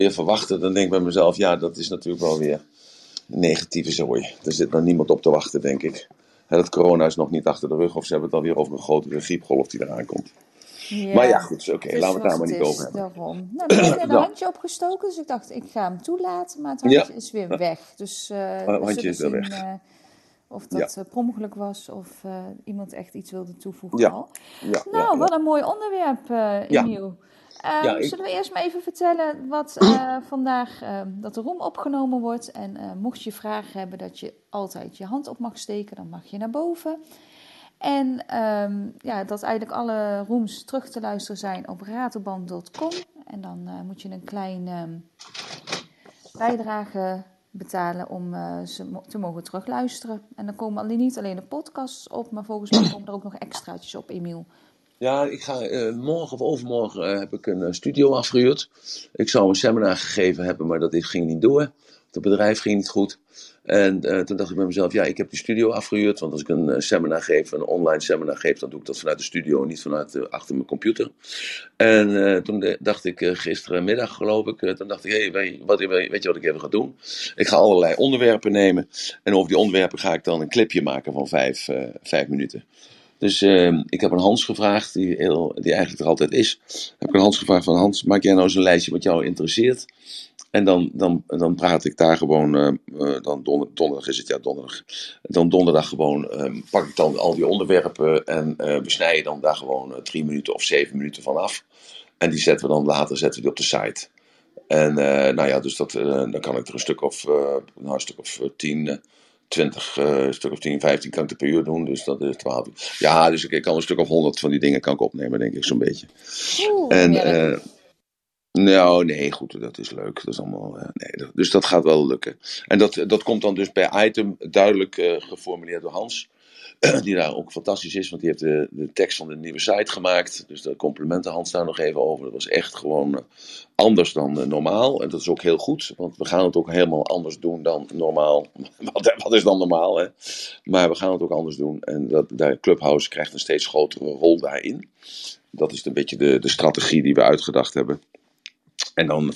weer verwachten, dan denk ik bij mezelf, ja, dat is natuurlijk wel weer negatieve zooi. Er zit nog niemand op te wachten, denk ik. Het corona is nog niet achter de rug, of ze hebben het alweer over een grotere griepgolf die eraan komt. Ja, Maar ja, goed, oké, het is laten we het zoals daar maar het niet over is, hebben. daarom. Nou, nu heb je een Ja, handje opgestoken, dus ik dacht, ik ga hem toelaten, maar het ja, handje is weer weg. Dus we handje zullen is weer zien weg. of Ja, dat per ongeluk was of iemand echt iets wilde toevoegen ja, al. ja, ja, Nou, ja. wat een mooi onderwerp, Ja, Emiel. ja, Zullen we eerst maar even vertellen wat vandaag dat de room opgenomen wordt. En mocht je vragen hebben dat je altijd je hand op mag steken, dan mag je naar boven. En ja, dat eigenlijk alle rooms terug te luisteren zijn op ratelband.com. En dan moet je een klein bijdrage betalen om ze te mogen terugluisteren. En dan komen niet alleen de podcasts op, maar volgens mij komen er ook nog extraatjes op, Emiel. ja, ik ga morgen of overmorgen heb ik een studio afgehuurd. Ik zou een seminar gegeven hebben, maar dat ging niet door. Het bedrijf ging niet goed. En toen dacht ik bij mezelf, ja, ik heb die studio afgehuurd. Want als ik een seminar geef, een online seminar geef, dan doe ik dat vanuit de studio en niet vanuit achter mijn computer. En toen dacht ik gisterenmiddag, geloof ik, toen dacht ik, hey, weet je wat ik even ga doen? Ik ga allerlei onderwerpen nemen. En over die onderwerpen ga ik dan een clipje maken van 5 minuten. Dus ik heb een Hans gevraagd, die eigenlijk er altijd is. Heb ik een Hans gevraagd van Hans, maak jij nou eens een lijstje wat jou interesseert? En dan praat ik daar gewoon, dan donderdag is het, ja donderdag. Dan donderdag gewoon pak ik dan al die onderwerpen en we snijden dan daar gewoon 3 minuten of 7 minuten van af. En die zetten we dan later op de site. En nou ja, dus dan kan ik er een stuk of 10... 20, stuk of 10, 15 kan ik er per uur doen. Dus dat is 12. Ja, dus ik kan een stuk of 100 van die dingen kan ik opnemen, denk ik, zo'n beetje. En nou, nee, goed, dat is leuk. Dat is allemaal, nee, dus dat gaat wel lukken. En dat komt dan dus per item duidelijk geformuleerd door Hans. Die daar ook fantastisch is, want die heeft de tekst van de nieuwe site gemaakt. Dus de complimenten Hans daar nog even over. Dat was echt gewoon anders dan normaal. En dat is ook heel goed, want we gaan het ook helemaal anders doen dan normaal. Wat is dan normaal, hè? Maar we gaan het ook anders doen. En Clubhouse krijgt een steeds grotere rol daarin. Dat is een beetje de strategie die we uitgedacht hebben. En dan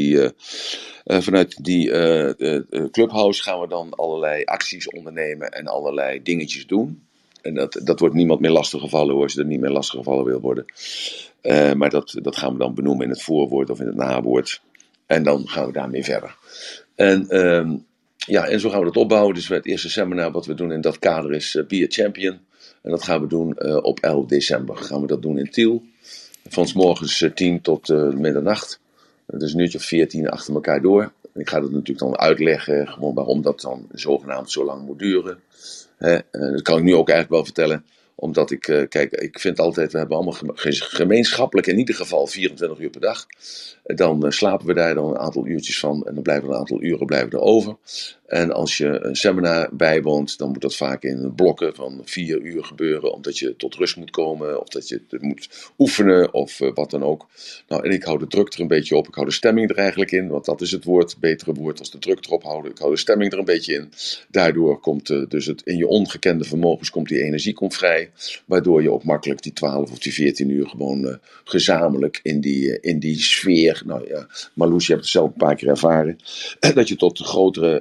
vanuit die Clubhouse gaan we dan allerlei acties ondernemen en allerlei dingetjes doen. En dat wordt niemand meer lastiggevallen hoor, als je er niet meer lastiggevallen wil worden. Maar dat gaan we dan benoemen in het voorwoord of in het nawoord. En dan gaan we daarmee verder. En zo gaan we dat opbouwen. Dus het eerste seminar wat we doen in dat kader is Be a Champion. En dat gaan we doen op 11 december. Gaan we dat doen in Tiel. Van 's morgens 10 tot middernacht. Dus een uurtje of 14 achter elkaar door. Ik ga dat natuurlijk dan uitleggen, gewoon waarom dat dan zogenaamd zo lang moet duren. Dat kan ik nu ook eigenlijk wel vertellen. Omdat ik vind altijd, we hebben allemaal gemeenschappelijk in ieder geval 24 uur per dag. Dan slapen we daar dan een aantal uurtjes van en dan blijven er een aantal uren blijven er over. En als je een seminar bijwoont, dan moet dat vaak in blokken van 4 uur gebeuren. Omdat je tot rust moet komen of dat je moet oefenen of wat dan ook. Nou, en ik hou de druk er een beetje op. Ik hou de stemming er eigenlijk in, want dat is het woord. Betere woord als de druk erop houden. Ik hou de stemming er een beetje in. Daardoor komt dus in je ongekende vermogens komt die energie vrij. Waardoor je ook makkelijk die 12 of die 14 uur gewoon gezamenlijk in die sfeer. Nou ja, Marloes, je hebt het zelf een paar keer ervaren. Dat je tot grotere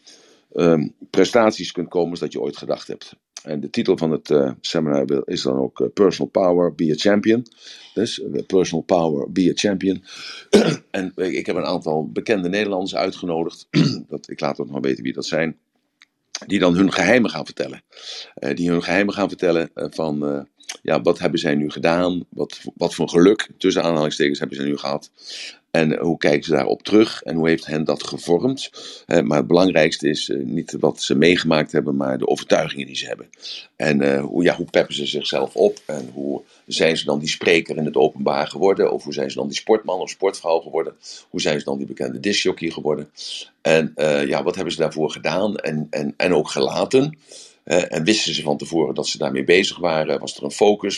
prestaties kunt komen als dat je ooit gedacht hebt. En de titel van het seminar is dan ook Personal Power, Be a Champion. Dus Personal Power, Be a Champion. En ik heb een aantal bekende Nederlanders uitgenodigd. Ik laat ook nog weten wie dat zijn. Die dan hun geheimen gaan vertellen. Van wat hebben zij nu gedaan? Wat voor geluk, tussen aanhalingstekens, hebben ze nu gehad? En hoe kijken ze daarop terug? En hoe heeft hen dat gevormd? Maar het belangrijkste is niet wat ze meegemaakt hebben, maar de overtuigingen die ze hebben. En hoe peppen ze zichzelf op? En hoe zijn ze dan die spreker in het openbaar geworden? Of hoe zijn ze dan die sportman of sportvrouw geworden? Hoe zijn ze dan die bekende discjockey geworden? En wat hebben ze daarvoor gedaan en ook gelaten? En wisten ze van tevoren dat ze daarmee bezig waren? Was er een focus?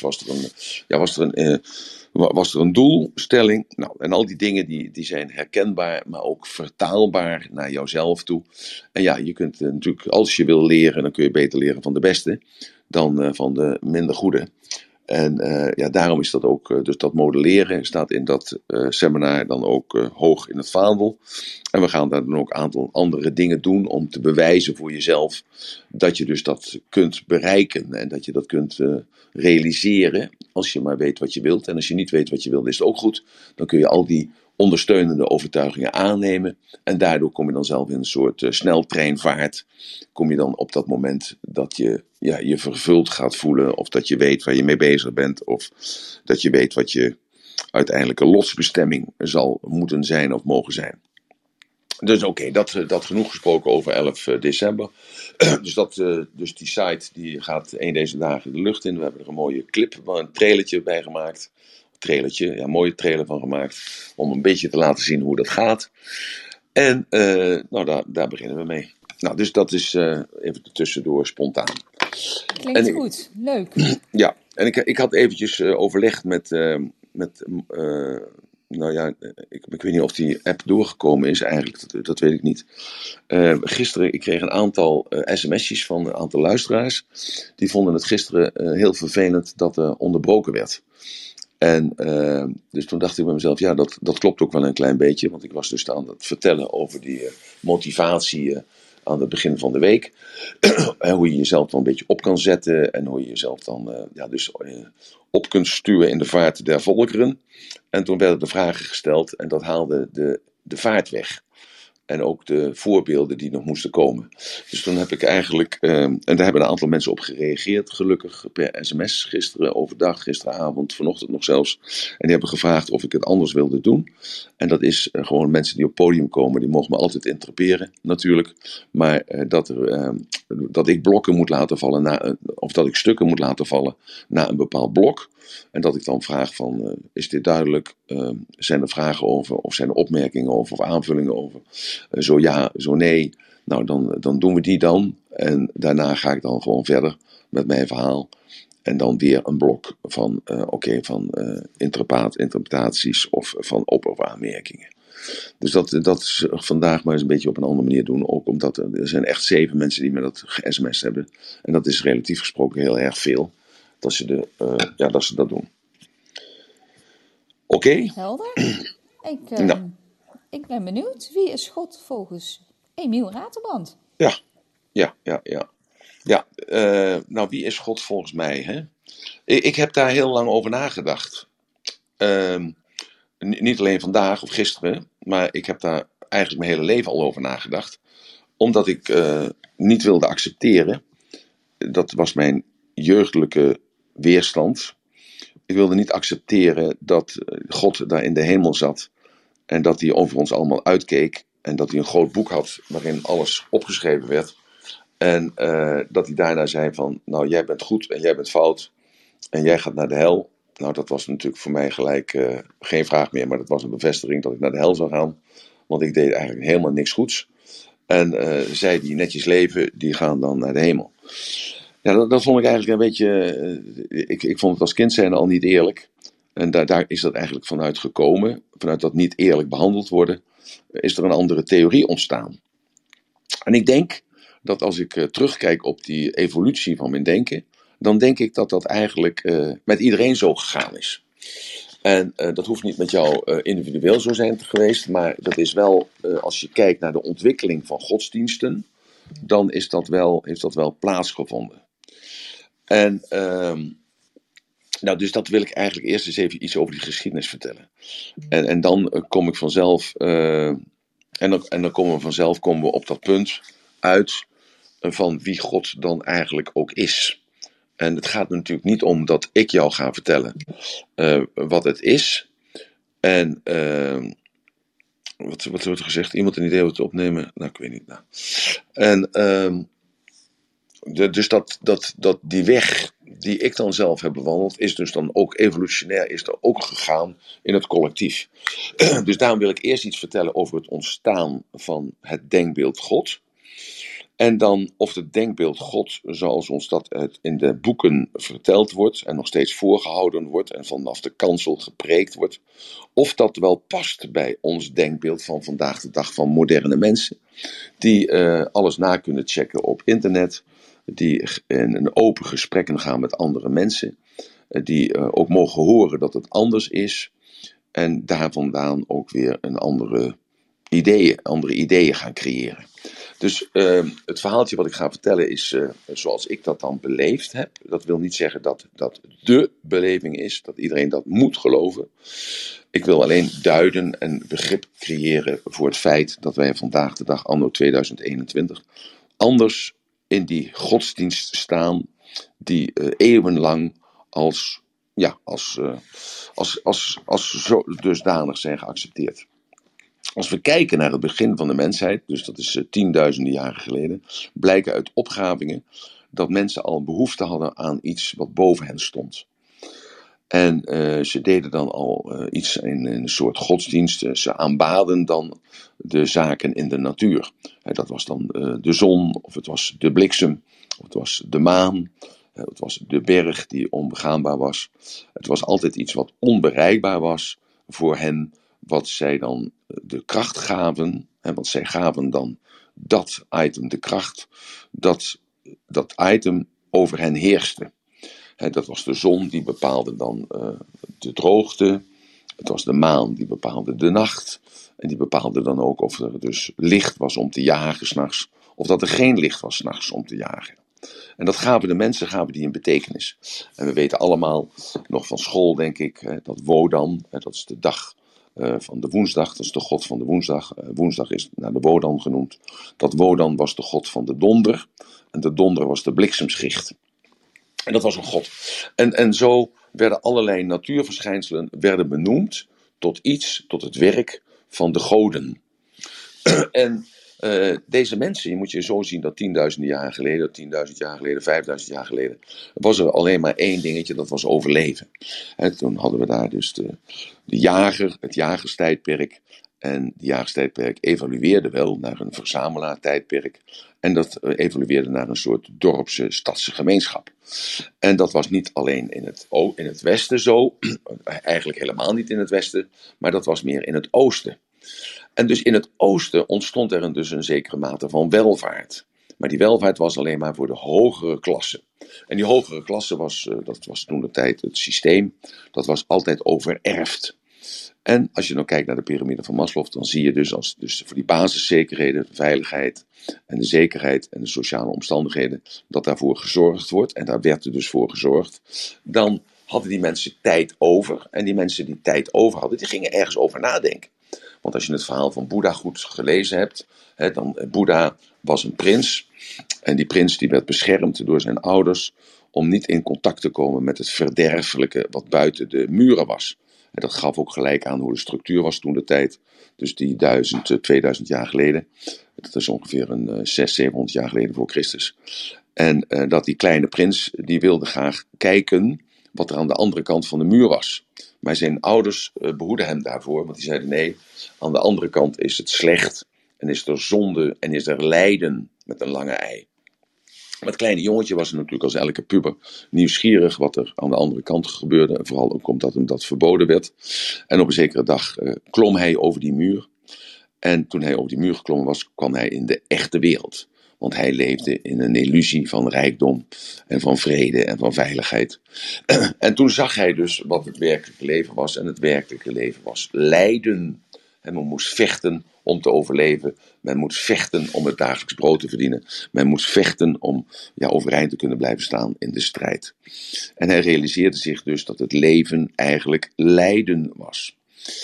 Was er een doelstelling? Nou, en al die dingen die zijn herkenbaar, maar ook vertaalbaar naar jouzelf toe. En ja, je kunt natuurlijk, als je wil leren, dan kun je beter leren van de beste dan van de minder goede. En ja, daarom is dat ook, dus dat modelleren staat in dat seminar dan ook hoog in het vaandel. En we gaan daar dan ook een aantal andere dingen doen om te bewijzen voor jezelf dat je dus dat kunt bereiken en dat je dat kunt realiseren als je maar weet wat je wilt. En als je niet weet wat je wilt, is het ook goed. Dan kun je al die ondersteunende overtuigingen aannemen en daardoor kom je dan zelf in een soort sneltreinvaart. Kom je dan op dat moment dat je je vervuld gaat voelen of dat je weet waar je mee bezig bent of dat je weet wat je uiteindelijke lotsbestemming zal moeten zijn of mogen zijn. Dus oké, dat genoeg gesproken over 11 december. Dus die site die gaat een deze dagen de lucht in. We hebben er een mooie clip, een trailertje bij gemaakt. Een mooie trailer van gemaakt. Om een beetje te laten zien hoe dat gaat. En daar beginnen we mee. Nou, dus dat is even tussendoor spontaan. Klinkt goed, leuk. Ja, en ik had eventjes overlegd met ik weet niet of die app doorgekomen is eigenlijk, dat weet ik niet. Gisteren, ik kreeg een aantal sms'jes van een aantal luisteraars. Die vonden het gisteren heel vervelend dat er onderbroken werd. En dus toen dacht ik bij mezelf, ja, dat klopt ook wel een klein beetje. Want ik was dus aan het vertellen over die motivatie aan het begin van de week. Hoe je jezelf dan een beetje op kan zetten. En hoe je jezelf dan op kunt stuwen in de vaart der volkeren. En toen werden de vragen gesteld en dat haalde de vaart weg. En ook de voorbeelden die nog moesten komen. Dus toen heb ik eigenlijk, en daar hebben een aantal mensen op gereageerd, gelukkig per sms, gisteren overdag, gisteravond, vanochtend nog zelfs. En die hebben gevraagd of ik het anders wilde doen. En dat is gewoon mensen die op het podium komen, die mogen me altijd interpelleren natuurlijk. Maar dat ik blokken moet laten vallen, of dat ik stukken moet laten vallen na een bepaald blok. En dat ik dan vraag van, is dit duidelijk? Zijn er vragen over? Of zijn er opmerkingen over? Of aanvullingen over? Zo ja, zo nee. Nou, dan doen we die dan. En daarna ga ik dan gewoon verder met mijn verhaal. En dan weer een blok van, interpretaties of van op- of aanmerkingen. Dus dat is vandaag maar eens een beetje op een andere manier doen. Ook omdat er zijn echt 7 mensen die me dat ge-sms hebben. En dat is relatief gesproken heel erg veel. Dat ze dat doen. Oké? Helder. Nou. Ik ben benieuwd. Wie is God volgens Emiel Raterband? Ja, nou, wie is God volgens mij? Hè? Ik heb daar heel lang over nagedacht. Niet alleen vandaag of gisteren, maar ik heb daar eigenlijk mijn hele leven al over nagedacht. Omdat ik niet wilde accepteren, dat was mijn jeugdelijke weerstand. Ik wilde niet accepteren dat God daar in de hemel zat en dat hij over ons allemaal uitkeek en dat hij een groot boek had waarin alles opgeschreven werd. En dat hij daarna zei van, nou, jij bent goed en jij bent fout en jij gaat naar de hel. Nou, dat was natuurlijk voor mij gelijk geen vraag meer, maar dat was een bevestiging dat ik naar de hel zou gaan. Want ik deed eigenlijk helemaal niks goeds. En zij die netjes leven, die gaan dan naar de hemel. Ja, dat vond ik eigenlijk een beetje, ik vond het als kind zijn al niet eerlijk. En daar is dat eigenlijk vanuit gekomen. Vanuit dat niet eerlijk behandeld worden, is er een andere theorie ontstaan. En ik denk dat als ik terugkijk op die evolutie van mijn denken, dan denk ik dat dat eigenlijk met iedereen zo gegaan is. En dat hoeft niet met jou individueel zo zijn geweest, maar dat is wel, als je kijkt naar de ontwikkeling van godsdiensten, dan heeft dat wel plaatsgevonden. En dus dat wil ik eigenlijk eerst eens even iets over die geschiedenis vertellen. En dan kom ik vanzelf, dan komen we op dat punt uit van wie God dan eigenlijk ook is. En het gaat natuurlijk niet om dat ik jou ga vertellen wat het is. En wat wordt er gezegd? Iemand een idee wat te opnemen? Nou, ik weet niet. Nou. En dus dat die weg die ik dan zelf heb bewandeld, is dus dan ook evolutionair, is er ook gegaan in het collectief. Dus daarom wil ik eerst iets vertellen over het ontstaan van het denkbeeld God. En dan of het denkbeeld God, zoals ons dat in de boeken verteld wordt en nog steeds voorgehouden wordt en vanaf de kansel gepreekt wordt, of dat wel past bij ons denkbeeld van vandaag de dag van moderne mensen, die alles na kunnen checken op internet, die in een open gesprekken gaan met andere mensen die ook mogen horen dat het anders is. En daar vandaan ook weer andere ideeën gaan creëren. Dus het verhaaltje wat ik ga vertellen is zoals ik dat dan beleefd heb. Dat wil niet zeggen dat dat de beleving is, dat iedereen dat moet geloven. Ik wil alleen duiden en begrip creëren voor het feit dat wij vandaag de dag, anno 2021, anders in die godsdienst staan die eeuwenlang als zo dusdanig zijn geaccepteerd. Als we kijken naar het begin van de mensheid, dus dat is tienduizenden jaren geleden, blijken uit opgravingen dat mensen al een behoefte hadden aan iets wat boven hen stond. En ze deden dan al iets in een soort godsdienst. Ze aanbaden dan de zaken in de natuur. Dat was dan de zon, of het was de bliksem, of het was de maan. Het was de berg die onbegaanbaar was. Het was altijd iets wat onbereikbaar was voor hen, wat zij dan de kracht gaven. Want zij gaven dan dat item de kracht, dat item over hen heerste. Dat was de zon, die bepaalde dan de droogte. Het was de maan, die bepaalde de nacht. En die bepaalde dan ook of er dus licht was om te jagen 's nachts, of dat er geen licht was 's nachts om te jagen. En dat gaven de mensen die een betekenis. En we weten allemaal, nog van school denk ik, dat Wodan, dat is de dag van de woensdag, dat is de god van de woensdag. Woensdag is naar de Wodan genoemd. Dat Wodan was de god van de donder. En de donder was de bliksemschicht. En dat was een god. En zo werden allerlei natuurverschijnselen benoemd tot het werk van de goden. En deze mensen, je moet je zo zien dat 10.000 jaar geleden, 10.000 jaar geleden, 5.000 jaar geleden, was er alleen maar één dingetje, dat was overleven. En toen hadden we daar dus de jager, het jagerstijdperk. En het jagerstijdperk evolueerde wel naar een verzamelaartijdperk. En dat evolueerde naar een soort dorpse, stadse gemeenschap. En dat was niet alleen in het westen zo, eigenlijk helemaal niet in het westen, maar dat was meer in het oosten. En dus in het oosten ontstond er dus een zekere mate van welvaart. Maar die welvaart was alleen maar voor de hogere klasse. En die hogere klasse dat was toen de tijd het systeem, dat was altijd overerfd. En als je nou kijkt naar de piramide van Maslow, dan zie je dus voor die basiszekerheden, de veiligheid en de zekerheid en de sociale omstandigheden, dat daarvoor gezorgd wordt. En daar werd er dus voor gezorgd. Dan hadden die mensen tijd over. En die mensen die tijd over hadden, die gingen ergens over nadenken. Want als je het verhaal van Boeddha goed gelezen hebt, dan Boeddha was een prins. En die prins die werd beschermd door zijn ouders om niet in contact te komen met het verderfelijke wat buiten de muren was. En dat gaf ook gelijk aan hoe de structuur was toen de tijd. Dus die 2000 jaar geleden. Dat is ongeveer een 600-700 jaar geleden voor Christus. En dat die kleine prins, die wilde graag kijken wat er aan de andere kant van de muur was. Maar zijn ouders behoedden hem daarvoor. Want die zeiden nee, aan de andere kant is het slecht. En is er zonde en is er lijden met een lange ei. Maar het kleine jongetje was natuurlijk als elke puber nieuwsgierig wat er aan de andere kant gebeurde. En vooral ook omdat hem dat verboden werd. En op een zekere dag klom hij over die muur. En toen hij over die muur geklommen was, kwam hij in de echte wereld. Want hij leefde in een illusie van rijkdom en van vrede en van veiligheid. En toen zag hij dus wat het werkelijke leven was. En het werkelijke leven was lijden. En men moest vechten om te overleven. Men moest vechten om het dagelijks brood te verdienen. Men moest vechten om overeind te kunnen blijven staan in de strijd. En hij realiseerde zich dus dat het leven eigenlijk lijden was.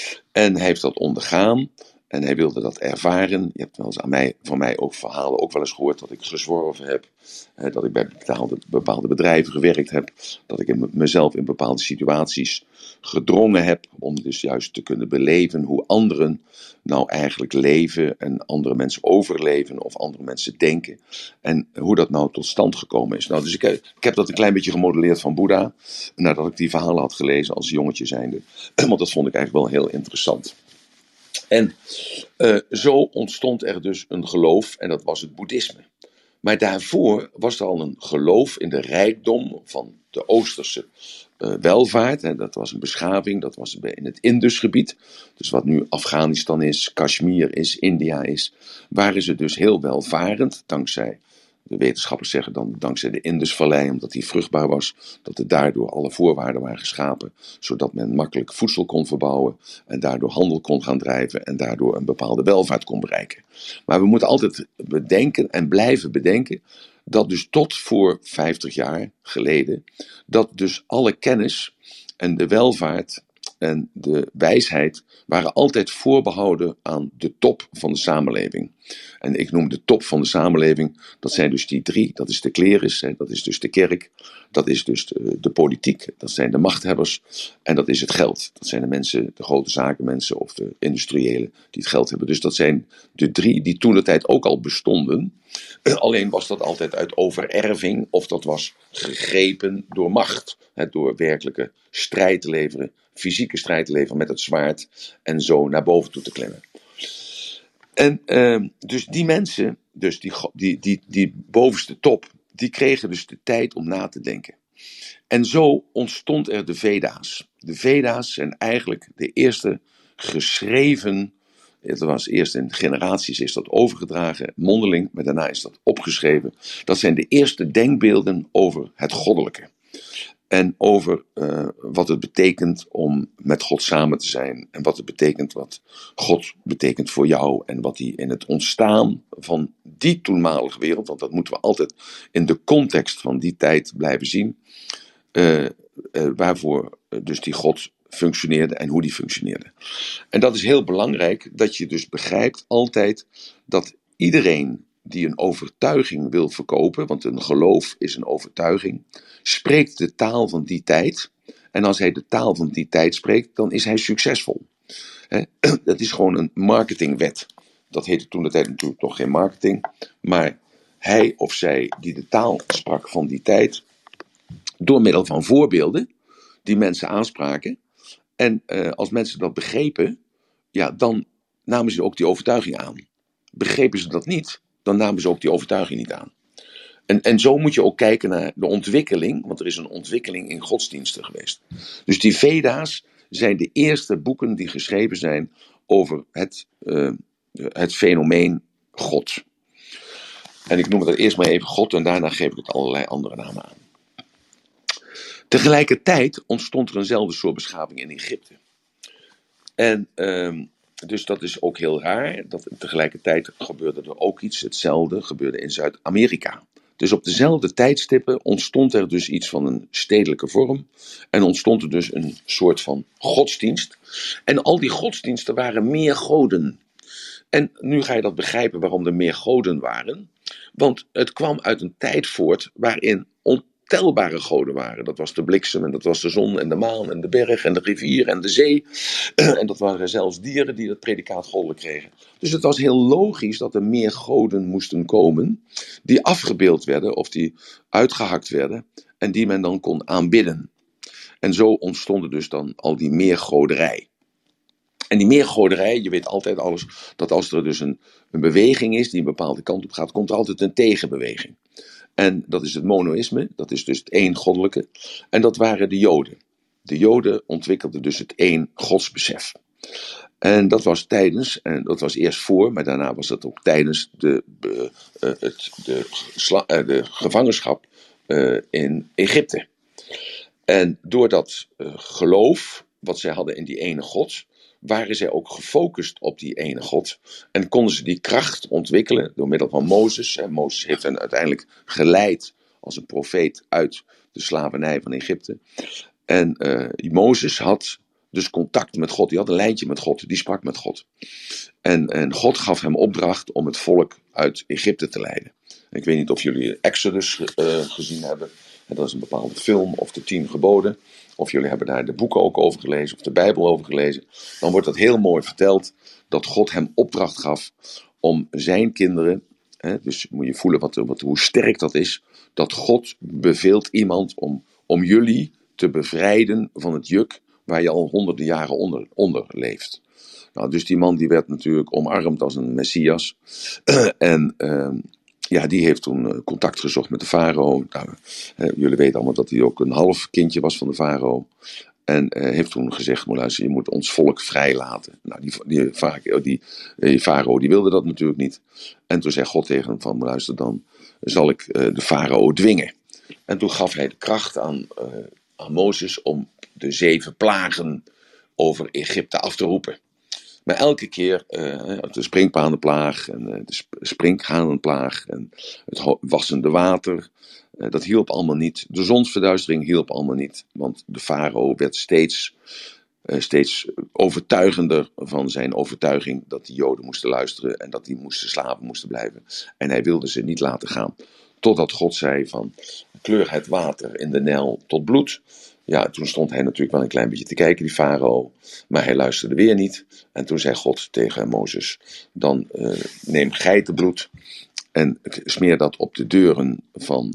En hij heeft dat ondergaan. En hij wilde dat ervaren. Je hebt wel eens van mij ook verhalen ook wel eens gehoord dat ik gezworven heb. Dat ik bij bepaalde bedrijven gewerkt heb. Dat ik mezelf in bepaalde situaties gedrongen heb. Om dus juist te kunnen beleven hoe anderen nou eigenlijk leven. En andere mensen overleven of andere mensen denken. En hoe dat nou tot stand gekomen is. Nou, dus ik heb dat een klein beetje gemodelleerd van Boeddha. Nadat ik die verhalen had gelezen als jongetje zijnde. Want dat vond ik eigenlijk wel heel interessant. En zo ontstond er dus een geloof en dat was het boeddhisme. Maar daarvoor was er al een geloof in de rijkdom van de Oosterse welvaart. En dat was een beschaving, dat was in het Indusgebied. Dus wat nu Afghanistan is, Kashmir is, India is. Waren ze dus heel welvarend dankzij De wetenschappers zeggen dan dankzij de Indusvallei, omdat die vruchtbaar was, dat er daardoor alle voorwaarden waren geschapen, zodat men makkelijk voedsel kon verbouwen en daardoor handel kon gaan drijven en daardoor een bepaalde welvaart kon bereiken. Maar we moeten altijd bedenken en blijven bedenken dat dus tot voor 50 jaar geleden, dat dus alle kennis en de welvaart en de wijsheid waren altijd voorbehouden aan de top van de samenleving. En ik noem de top van de samenleving, dat zijn dus die drie. Dat is de klerus, dat is dus de kerk, dat is dus de politiek, dat zijn de machthebbers en dat is het geld. Dat zijn de mensen, de grote zakenmensen of de industriëlen die het geld hebben. Dus dat zijn de drie die toentertijd ook al bestonden. Alleen was dat altijd uit overerving of dat was gegrepen door macht. Door werkelijke strijd te leveren, fysieke strijd te leveren met het zwaard en zo naar boven toe te klimmen. En dus die mensen, dus die bovenste top, die kregen dus de tijd om na te denken. En zo ontstond er de Veda's. De Veda's zijn eigenlijk de eerste geschreven, het was eerst in generaties is dat overgedragen, mondeling, maar daarna is dat opgeschreven. Dat zijn de eerste denkbeelden over het goddelijke. En over wat het betekent om met God samen te zijn. En wat het betekent, wat God betekent voor jou. En wat hij in het ontstaan van die toenmalige wereld, want dat moeten we altijd in de context van die tijd blijven zien. Waarvoor dus die God functioneerde en hoe die functioneerde. En dat is heel belangrijk, dat je dus begrijpt altijd dat iedereen die een overtuiging wil verkopen, want een geloof is een overtuiging, spreekt de taal van die tijd. En als hij de taal van die tijd spreekt, dan is hij succesvol. Dat is gewoon een marketingwet. Dat heette toen de tijd natuurlijk nog geen marketing. Maar hij of zij die de taal sprak van die tijd, door middel van voorbeelden die mensen aanspraken. En als mensen dat begrepen, ja, dan namen ze ook die overtuiging aan. Begrepen ze dat niet, dan namen ze ook die overtuiging niet aan. En zo moet je ook kijken naar de ontwikkeling, want er is een ontwikkeling in godsdiensten geweest. Dus die Veda's zijn de eerste boeken die geschreven zijn over het fenomeen God. En ik noem het eerst maar even God en daarna geef ik het allerlei andere namen aan. Tegelijkertijd ontstond er eenzelfde soort beschaving in Egypte. En dus dat is ook heel raar. Dat tegelijkertijd gebeurde er ook iets, hetzelfde gebeurde in Zuid-Amerika. Dus op dezelfde tijdstippen ontstond er dus iets van een stedelijke vorm. En ontstond er dus een soort van godsdienst. En al die godsdiensten waren meer goden. En nu ga je dat begrijpen waarom er meer goden waren. Want het kwam uit een tijd voort waarin ontelbare goden waren. Dat was de bliksem en dat was de zon en de maan en de berg en de rivier en de zee. En dat waren zelfs dieren die dat predicaat goddelijk kregen. Dus het was heel logisch dat er meer goden moesten komen die afgebeeld werden of die uitgehakt werden en die men dan kon aanbidden. En zo ontstonden dus dan al die meergoderij. En die meergoderij, je weet altijd alles, dat als er dus een beweging is die een bepaalde kant op gaat, komt er altijd een tegenbeweging. En dat is het monoïsme, dat is dus het één goddelijke. En dat waren de Joden. De Joden ontwikkelden dus het één godsbesef. En dat was tijdens, en dat was eerst voor, maar daarna was dat ook tijdens de gevangenschap in Egypte. En door dat geloof, wat zij hadden in die ene God, waren zij ook gefocust op die ene God. En konden ze die kracht ontwikkelen door middel van Mozes. En Mozes heeft hen uiteindelijk geleid als een profeet uit de slavernij van Egypte. En Mozes had dus contact met God. Die had een lijntje met God. Die sprak met God. En God gaf hem opdracht om het volk uit Egypte te leiden. En ik weet niet of jullie Exodus gezien hebben. Dat is een bepaalde film of de 10 geboden. Of jullie hebben daar de boeken ook over gelezen. Of de Bijbel over gelezen. Dan wordt dat heel mooi verteld. Dat God hem opdracht gaf om zijn kinderen. Dus moet je voelen hoe sterk dat is. Dat God beveelt iemand om jullie te bevrijden van het juk waar je al honderden jaren onder leeft. Nou, dus die man die werd natuurlijk omarmd als een Messias. En die heeft toen contact gezocht met de farao. Nou, jullie weten allemaal dat hij ook een half kindje was van de farao. En heeft toen gezegd, luister, je moet ons volk vrijlaten. Nou, die farao die wilde dat natuurlijk niet. En toen zei God tegen hem van, luister dan, zal ik de farao dwingen. En toen gaf hij de kracht aan Mozes om de 7 plagen over Egypte af te roepen. Maar elke keer, de springpanenplaag en de sprinkhanenplaag en het wassende water, dat hielp allemaal niet. De zonsverduistering hielp allemaal niet, want de farao werd steeds overtuigender van zijn overtuiging dat de Joden moesten luisteren en dat die slaven moesten blijven. En hij wilde ze niet laten gaan. Totdat God zei van, kleur het water in de Nijl tot bloed. Ja, toen stond hij natuurlijk wel een klein beetje te kijken, die farao. Maar hij luisterde weer niet. En toen zei God tegen Mozes, dan neem geitenbloed en smeer dat op de deuren van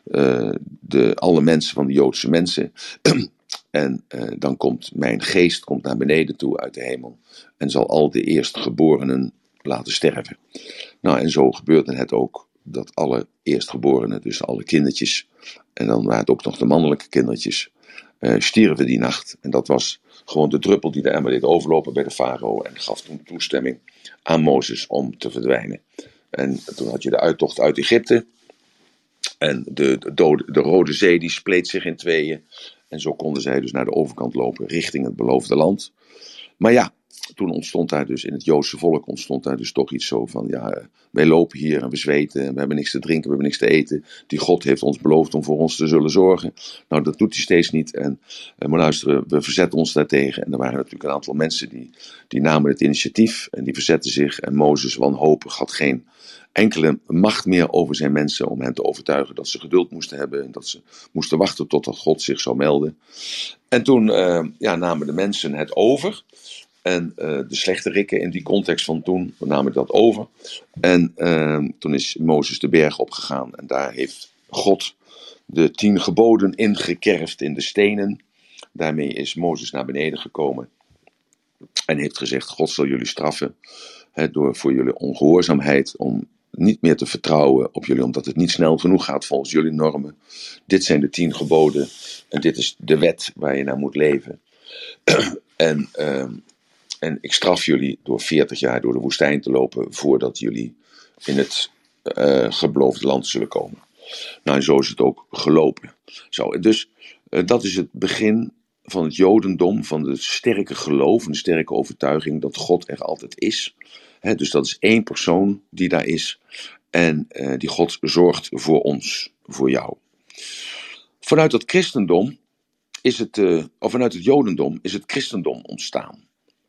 alle mensen, van de Joodse mensen. En dan komt mijn geest naar beneden toe uit de hemel. En zal al de eerstgeborenen laten sterven. Nou, en zo gebeurde het ook. Dat alle eerstgeborenen, dus alle kindertjes. En dan waren het ook nog de mannelijke kindertjes. Stierven die nacht. En dat was gewoon de druppel die de emmer deed overlopen bij de farao. En gaf toen toestemming aan Mozes om te verdwijnen. En toen had je de uittocht uit Egypte. En de Rode Zee die spleet zich in tweeën. En zo konden zij dus naar de overkant lopen richting het beloofde land. Maar ja, toen ontstond daar dus in het Joodse volk dus toch iets zo van, ja, wij lopen hier en we zweten en we hebben niks te drinken, we hebben niks te eten. Die God heeft ons beloofd om voor ons te zullen zorgen. Nou, dat doet hij steeds niet. En maar luisteren, we verzetten ons daartegen. En er waren natuurlijk een aantal mensen die namen het initiatief en die verzetten zich. En Mozes, wanhopig, had geen enkele macht meer over zijn mensen om hen te overtuigen dat ze geduld moesten hebben en dat ze moesten wachten totdat God zich zou melden. En toen namen de mensen het over. En de slechterikken in die context van toen namen dat over. En toen is Mozes de berg opgegaan. En daar heeft God de 10 geboden ingekerfd in de stenen. Daarmee is Mozes naar beneden gekomen. En heeft gezegd, God zal jullie straffen. Voor jullie ongehoorzaamheid. Om niet meer te vertrouwen op jullie. Omdat het niet snel genoeg gaat volgens jullie normen. Dit zijn de 10 geboden. En dit is de wet waar je naar moet leven. En ik straf jullie door 40 jaar door de woestijn te lopen voordat jullie in het beloofde land zullen komen. Nou, en zo is het ook gelopen. Dus dat is het begin van het Jodendom, van de sterke geloof en de sterke overtuiging dat God er altijd is. Dus dat is 1 persoon die daar is en die God zorgt voor ons, voor jou. Vanuit het christendom vanuit het Jodendom is het christendom ontstaan.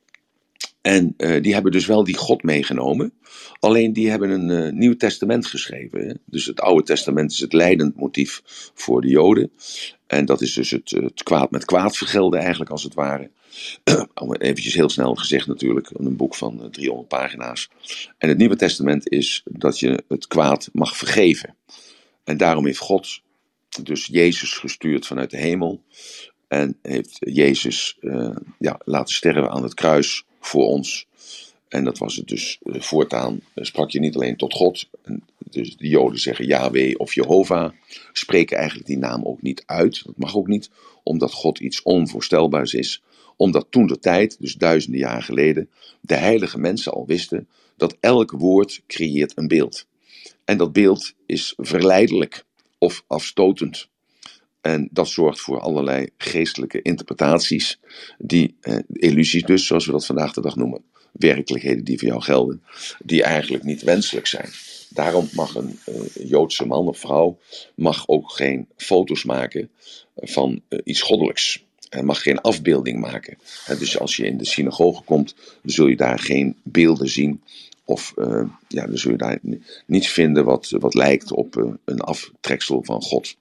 En die hebben dus wel die God meegenomen. Alleen die hebben een Nieuw Testament geschreven. Hè? Dus het Oude Testament is het leidend motief voor de Joden. En dat is dus het kwaad met kwaad vergelden eigenlijk als het ware. Eventjes heel snel gezegd natuurlijk. Een boek van 300 pagina's. En het Nieuwe Testament is dat je het kwaad mag vergeven. En daarom heeft God dus Jezus gestuurd vanuit de hemel. En heeft Jezus laten sterven aan het kruis voor ons. En dat was het dus voortaan. Sprak je niet alleen tot God. Dus de Joden zeggen Yahweh of Jehovah. Spreken eigenlijk die naam ook niet uit. Dat mag ook niet. Omdat God iets onvoorstelbaars is. Omdat toen de tijd, dus duizenden jaar geleden, de heilige mensen al wisten dat elk woord creëert een beeld. En dat beeld is verleidelijk of afstotend. En dat zorgt voor allerlei geestelijke interpretaties, die illusies dus, zoals we dat vandaag de dag noemen, werkelijkheden die voor jou gelden, die eigenlijk niet wenselijk zijn. Daarom mag een Joodse man of vrouw mag ook geen foto's maken van iets goddelijks. Hij mag geen afbeelding maken. Dus als je in de synagoge komt, dan zul je daar geen beelden zien. Of dan zul je daar niets vinden wat lijkt op een aftreksel van God.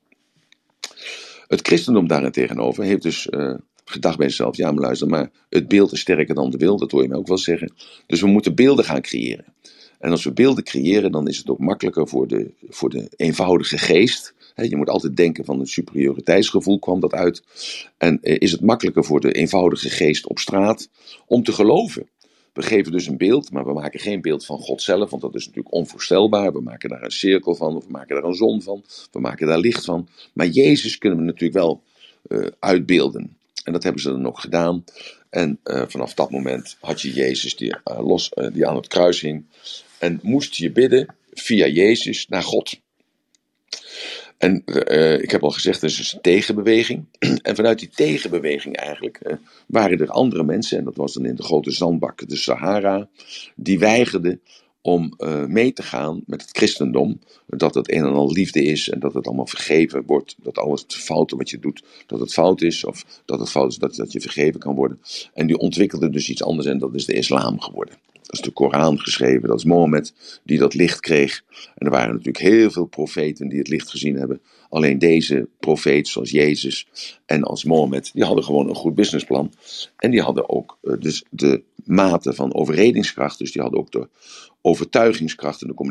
Het christendom daartegenover heeft dus gedacht bij zichzelf, ja maar luister, maar het beeld is sterker dan de wil, dat hoor je mij ook wel zeggen. Dus we moeten beelden gaan creëren. En als we beelden creëren, dan is het ook makkelijker voor de eenvoudige geest. Je moet altijd denken van een superioriteitsgevoel kwam dat uit. En is het makkelijker voor de eenvoudige geest op straat om te geloven. We geven dus een beeld, maar we maken geen beeld van God zelf, want dat is natuurlijk onvoorstelbaar. We maken daar een cirkel van, of we maken daar een zon van, we maken daar licht van. Maar Jezus kunnen we natuurlijk wel uitbeelden. En dat hebben ze dan ook gedaan. En vanaf dat moment had je Jezus die aan het kruis hing. En moest je bidden via Jezus naar God. En ik heb al gezegd, er is dus een tegenbeweging. En vanuit die tegenbeweging eigenlijk waren er andere mensen, en dat was dan in de grote zandbak, de Sahara, die weigerden om mee te gaan met het christendom. Dat het een en al liefde is en dat het allemaal vergeven wordt. Dat alles het fouten wat je doet, dat het fout is. Of dat het fout is dat je vergeven kan worden. En die ontwikkelde dus iets anders en dat is de islam geworden. Dat is de Koran geschreven, dat is Mohammed die dat licht kreeg. En er waren natuurlijk heel veel profeten die het licht gezien hebben. Alleen deze profeten zoals Jezus en als Mohammed, die hadden gewoon een goed businessplan. En die hadden ook dus de mate van overredingskracht, dus die hadden ook de overtuigingskracht en de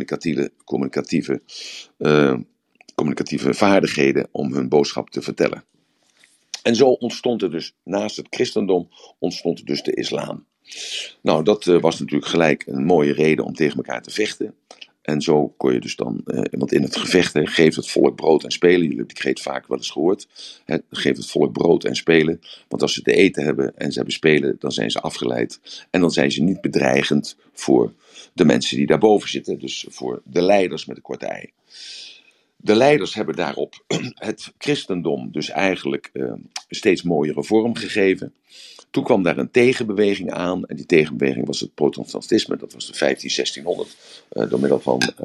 communicatieve vaardigheden om hun boodschap te vertellen. En zo ontstond er dus, naast het christendom, ontstond er dus de islam. Nou, dat was natuurlijk gelijk een mooie reden om tegen elkaar te vechten. En zo kon je dus dan, want in het gevecht geeft het volk brood en spelen. Jullie hebben die kreet vaak wel eens gehoord. Geeft het volk brood en spelen. Want als ze te eten hebben en ze hebben spelen, dan zijn ze afgeleid. En dan zijn ze niet bedreigend voor de mensen die daarboven zitten. Dus voor de leiders met een korte ei. De leiders hebben daarop het christendom dus eigenlijk steeds mooiere vorm gegeven. Toen kwam daar een tegenbeweging aan. En die tegenbeweging was het protestantisme. Dat was de 1600. Door middel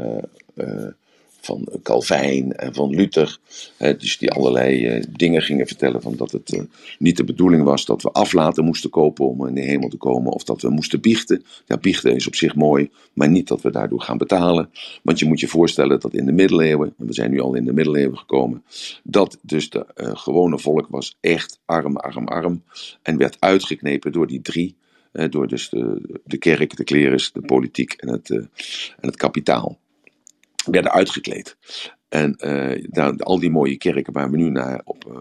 van Calvijn en van Luther. Dus die allerlei dingen gingen vertellen. Van dat het niet de bedoeling was dat we aflaten moesten kopen om in de hemel te komen. Of dat we moesten biechten. Ja, biechten is op zich mooi. Maar niet dat we daardoor gaan betalen. Want je moet je voorstellen dat in de middeleeuwen. En we zijn nu al in de middeleeuwen gekomen. Dat dus de gewone volk was echt arm, arm, arm. En werd uitgeknepen door die drie. Door dus de kerk, de klerus, de politiek en het kapitaal. Werden uitgekleed. En al die mooie kerken waar we nu naar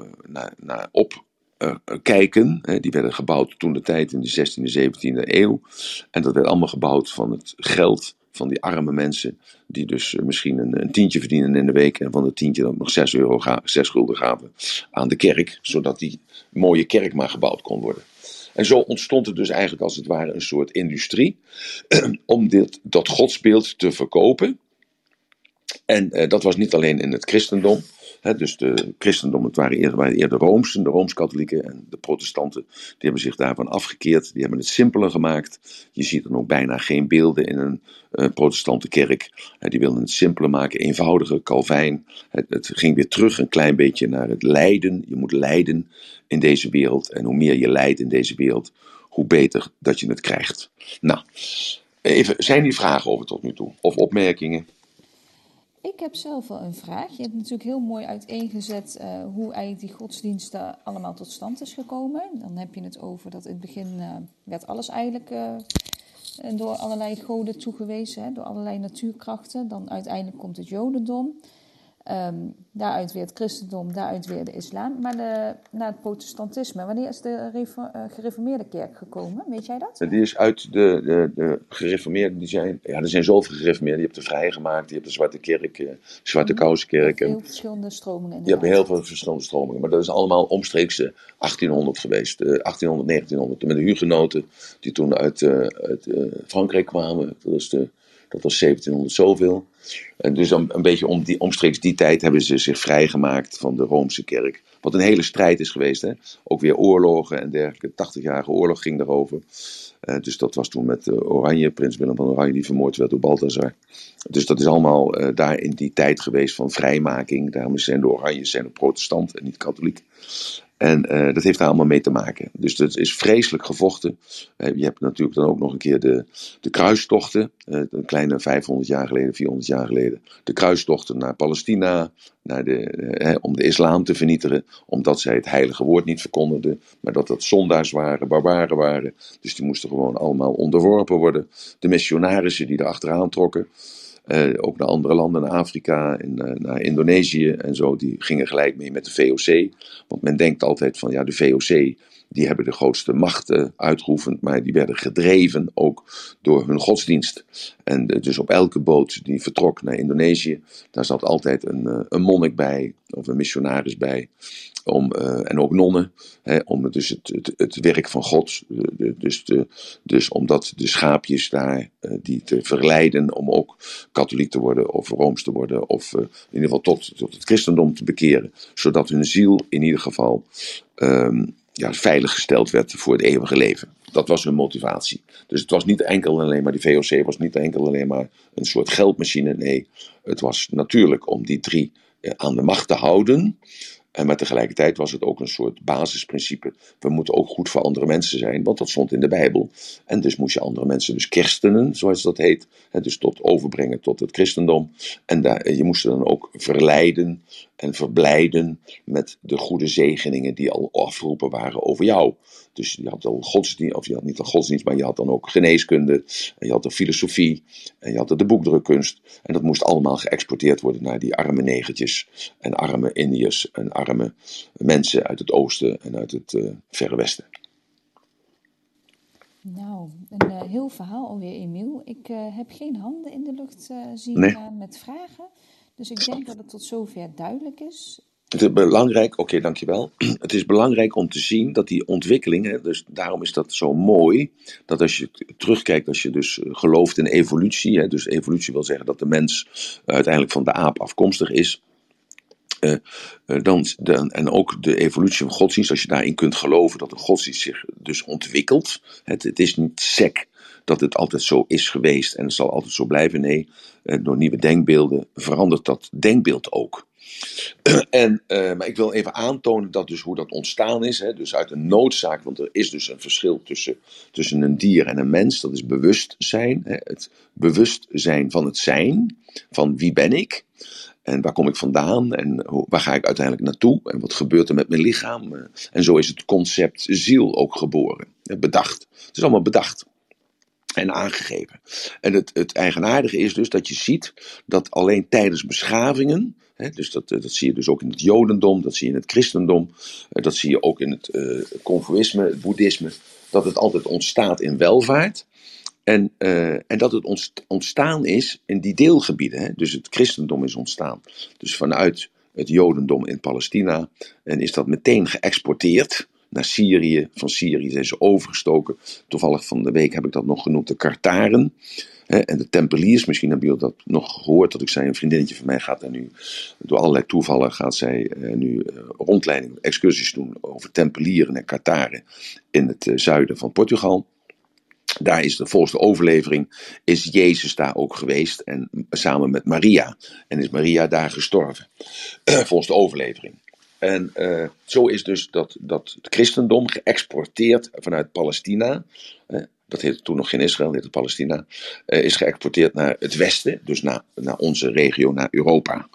op kijken, die werden gebouwd toen de tijd in de 16e, 17e eeuw. En dat werd allemaal gebouwd van het geld van die arme mensen, die dus misschien een tientje verdienen in de week en van het tientje dan nog 6 gulden gaven aan de kerk, zodat die mooie kerk maar gebouwd kon worden. En zo ontstond er dus eigenlijk als het ware een soort industrie om dat godsbeeld te verkopen. En dat was niet alleen in het christendom. Dus de christendom, het waren eerder de Roomsen, de Rooms-Katholieken en de protestanten. Die hebben zich daarvan afgekeerd. Die hebben het simpeler gemaakt. Je ziet dan ook bijna geen beelden in een protestante kerk. Die wilden het simpeler maken, eenvoudiger. Calvijn. Het ging weer terug een klein beetje naar het lijden. Je moet lijden in deze wereld. En hoe meer je lijdt in deze wereld, hoe beter dat je het krijgt. Nou, even, zijn die vragen over tot nu toe? Of opmerkingen? Ik heb zelf wel een vraag. Je hebt natuurlijk heel mooi uiteengezet hoe eigenlijk die godsdiensten allemaal tot stand is gekomen. Dan heb je het over dat in het begin werd alles eigenlijk door allerlei goden toegewezen, door allerlei natuurkrachten. Dan uiteindelijk komt het jodendom. Daaruit weer het christendom, daaruit weer de islam. Maar naar het protestantisme, wanneer is de gereformeerde kerk gekomen? Weet jij dat? Die is uit de gereformeerden, er zijn zoveel gereformeerden. Je hebt de vrijgemaakt, je hebt de Zwarte Kerk, Zwarte Kousenkerk. Heel verschillende stromingen. Je hebt heel veel verschillende stromingen, maar dat is allemaal omstreeks 1800 geweest. 1800, 1900, met de hugenoten die toen uit Frankrijk kwamen. Dat was 1700 zoveel. En dus een beetje omstreeks die tijd hebben ze zich vrijgemaakt van de Roomse kerk. Wat een hele strijd is geweest. Hè? Ook weer oorlogen en dergelijke. 80-jarige oorlog ging daarover. Dus dat was toen met Oranje, prins Willem van Oranje, die vermoord werd door Balthazar. Dus dat is allemaal daar in die tijd geweest van vrijmaking. Daarom zijn de Oranjes protestant en niet katholiek. En dat heeft daar allemaal mee te maken. Dus dat is vreselijk gevochten. Je hebt natuurlijk dan ook nog een keer de kruistochten. Een kleine 500 jaar geleden, 400 jaar geleden. De kruistochten naar Palestina. Om de islam te vernietigen. Omdat zij het heilige woord niet verkondigden. Maar dat zondaars waren, barbaren waren. Dus die moesten gewoon allemaal onderworpen worden. De missionarissen die er achteraan trokken. Ook naar andere landen, naar Afrika en naar Indonesië en zo, die gingen gelijk mee met de VOC. Want men denkt altijd van ja, de VOC die hebben de grootste machten uitgeoefend, maar die werden gedreven ook door hun godsdienst. En dus op elke boot die vertrok naar Indonesië, daar zat altijd een monnik bij, of een missionaris bij. En ook nonnen, om dus het werk van God, dus om de schaapjes daar, die te verleiden om ook katholiek te worden of rooms te worden, of in ieder geval tot het christendom te bekeren, zodat hun ziel in ieder geval veilig gesteld werd voor het eeuwige leven. Dat was hun motivatie. Dus het was niet enkel alleen maar, die VOC was niet enkel alleen maar een soort geldmachine, nee, het was natuurlijk om die 3 aan de macht te houden. Maar tegelijkertijd was het ook een soort basisprincipe. We moeten ook goed voor andere mensen zijn, want dat stond in de Bijbel. En dus moest je andere mensen dus christenen, zoals dat heet. Dus overbrengen tot het christendom. En je moest dan ook verleiden en verblijden met de goede zegeningen die al afgeroepen waren over jou. Dus je had al godsdienst, of je had niet al godsdienst, maar je had dan ook geneeskunde. En je had de filosofie. En je had de boekdrukkunst. En dat moest allemaal geëxporteerd worden naar die arme negertjes. En arme Indiërs. En arme mensen uit het oosten en uit het verre westen. Nou, een heel verhaal alweer, Emiel. Ik heb geen handen in de lucht zien gaan met vragen. Dus ik denk dat het tot zover duidelijk is. Het is belangrijk, oké, dankjewel. Het is belangrijk om te zien dat die ontwikkeling, dus daarom is dat zo mooi, dat als je terugkijkt, als je dus gelooft in evolutie, dus evolutie wil zeggen dat de mens uiteindelijk van de aap afkomstig is, en ook de evolutie van godsdienst, als je daarin kunt geloven dat de godsdienst zich dus ontwikkelt. Het is niet sec dat het altijd zo is geweest en het zal altijd zo blijven. Nee, door nieuwe denkbeelden verandert dat denkbeeld ook. Maar ik wil even aantonen dat dus hoe dat ontstaan is. Dus uit een noodzaak, want er is dus een verschil tussen een dier en een mens. Dat is bewustzijn. Het bewustzijn van het zijn. Van wie ben ik? En waar kom ik vandaan? En waar ga ik uiteindelijk naartoe? En wat gebeurt er met mijn lichaam? En zo is het concept ziel ook geboren. Bedacht. Het is allemaal bedacht. En aangegeven. En het eigenaardige is dus dat je ziet dat alleen tijdens beschavingen, dus dat zie je dus ook in het jodendom, dat zie je in het christendom, dat zie je ook in het Confuïsme, het boeddhisme, dat het altijd ontstaat in welvaart. En dat het ontstaan is in die deelgebieden. Dus het christendom is ontstaan. Dus vanuit het jodendom in Palestina. En is dat meteen geëxporteerd naar Syrië. Van Syrië zijn ze overgestoken. Toevallig van de week heb ik dat nog genoemd, de Kartaren. En de Tempeliers, misschien hebben jullie dat nog gehoord, dat ik zei, een vriendinnetje van mij gaat er nu, door allerlei toevallen gaat zij nu rondleiding, excursies doen over Tempelieren en Kartaren in het zuiden van Portugal. Daar is volgens de overlevering is Jezus daar ook geweest en samen met Maria. En is Maria daar gestorven, volgens de overlevering. En zo is dus dat het christendom geëxporteerd vanuit Palestina, dat heette toen nog geen Israël, dat heette Palestina, is geëxporteerd naar het westen, dus naar onze regio, naar Europa.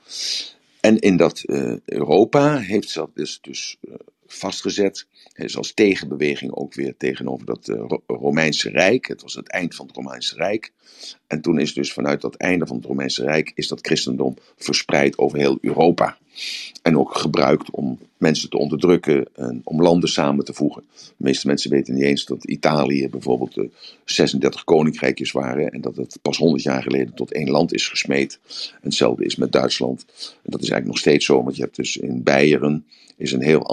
En in dat Europa heeft ze dat dus vastgezet, is als tegenbeweging ook weer tegenover dat Romeinse Rijk. Het was het eind van het Romeinse Rijk. En toen is dus vanuit dat einde van het Romeinse Rijk is dat christendom verspreid over heel Europa. En ook gebruikt om mensen te onderdrukken en om landen samen te voegen. De meeste mensen weten niet eens dat Italië bijvoorbeeld 36 koninkrijkjes waren. En dat het pas 100 jaar geleden tot 1 land is gesmeed. En hetzelfde is met Duitsland. En dat is eigenlijk nog steeds zo, want je hebt dus in Beieren is een heel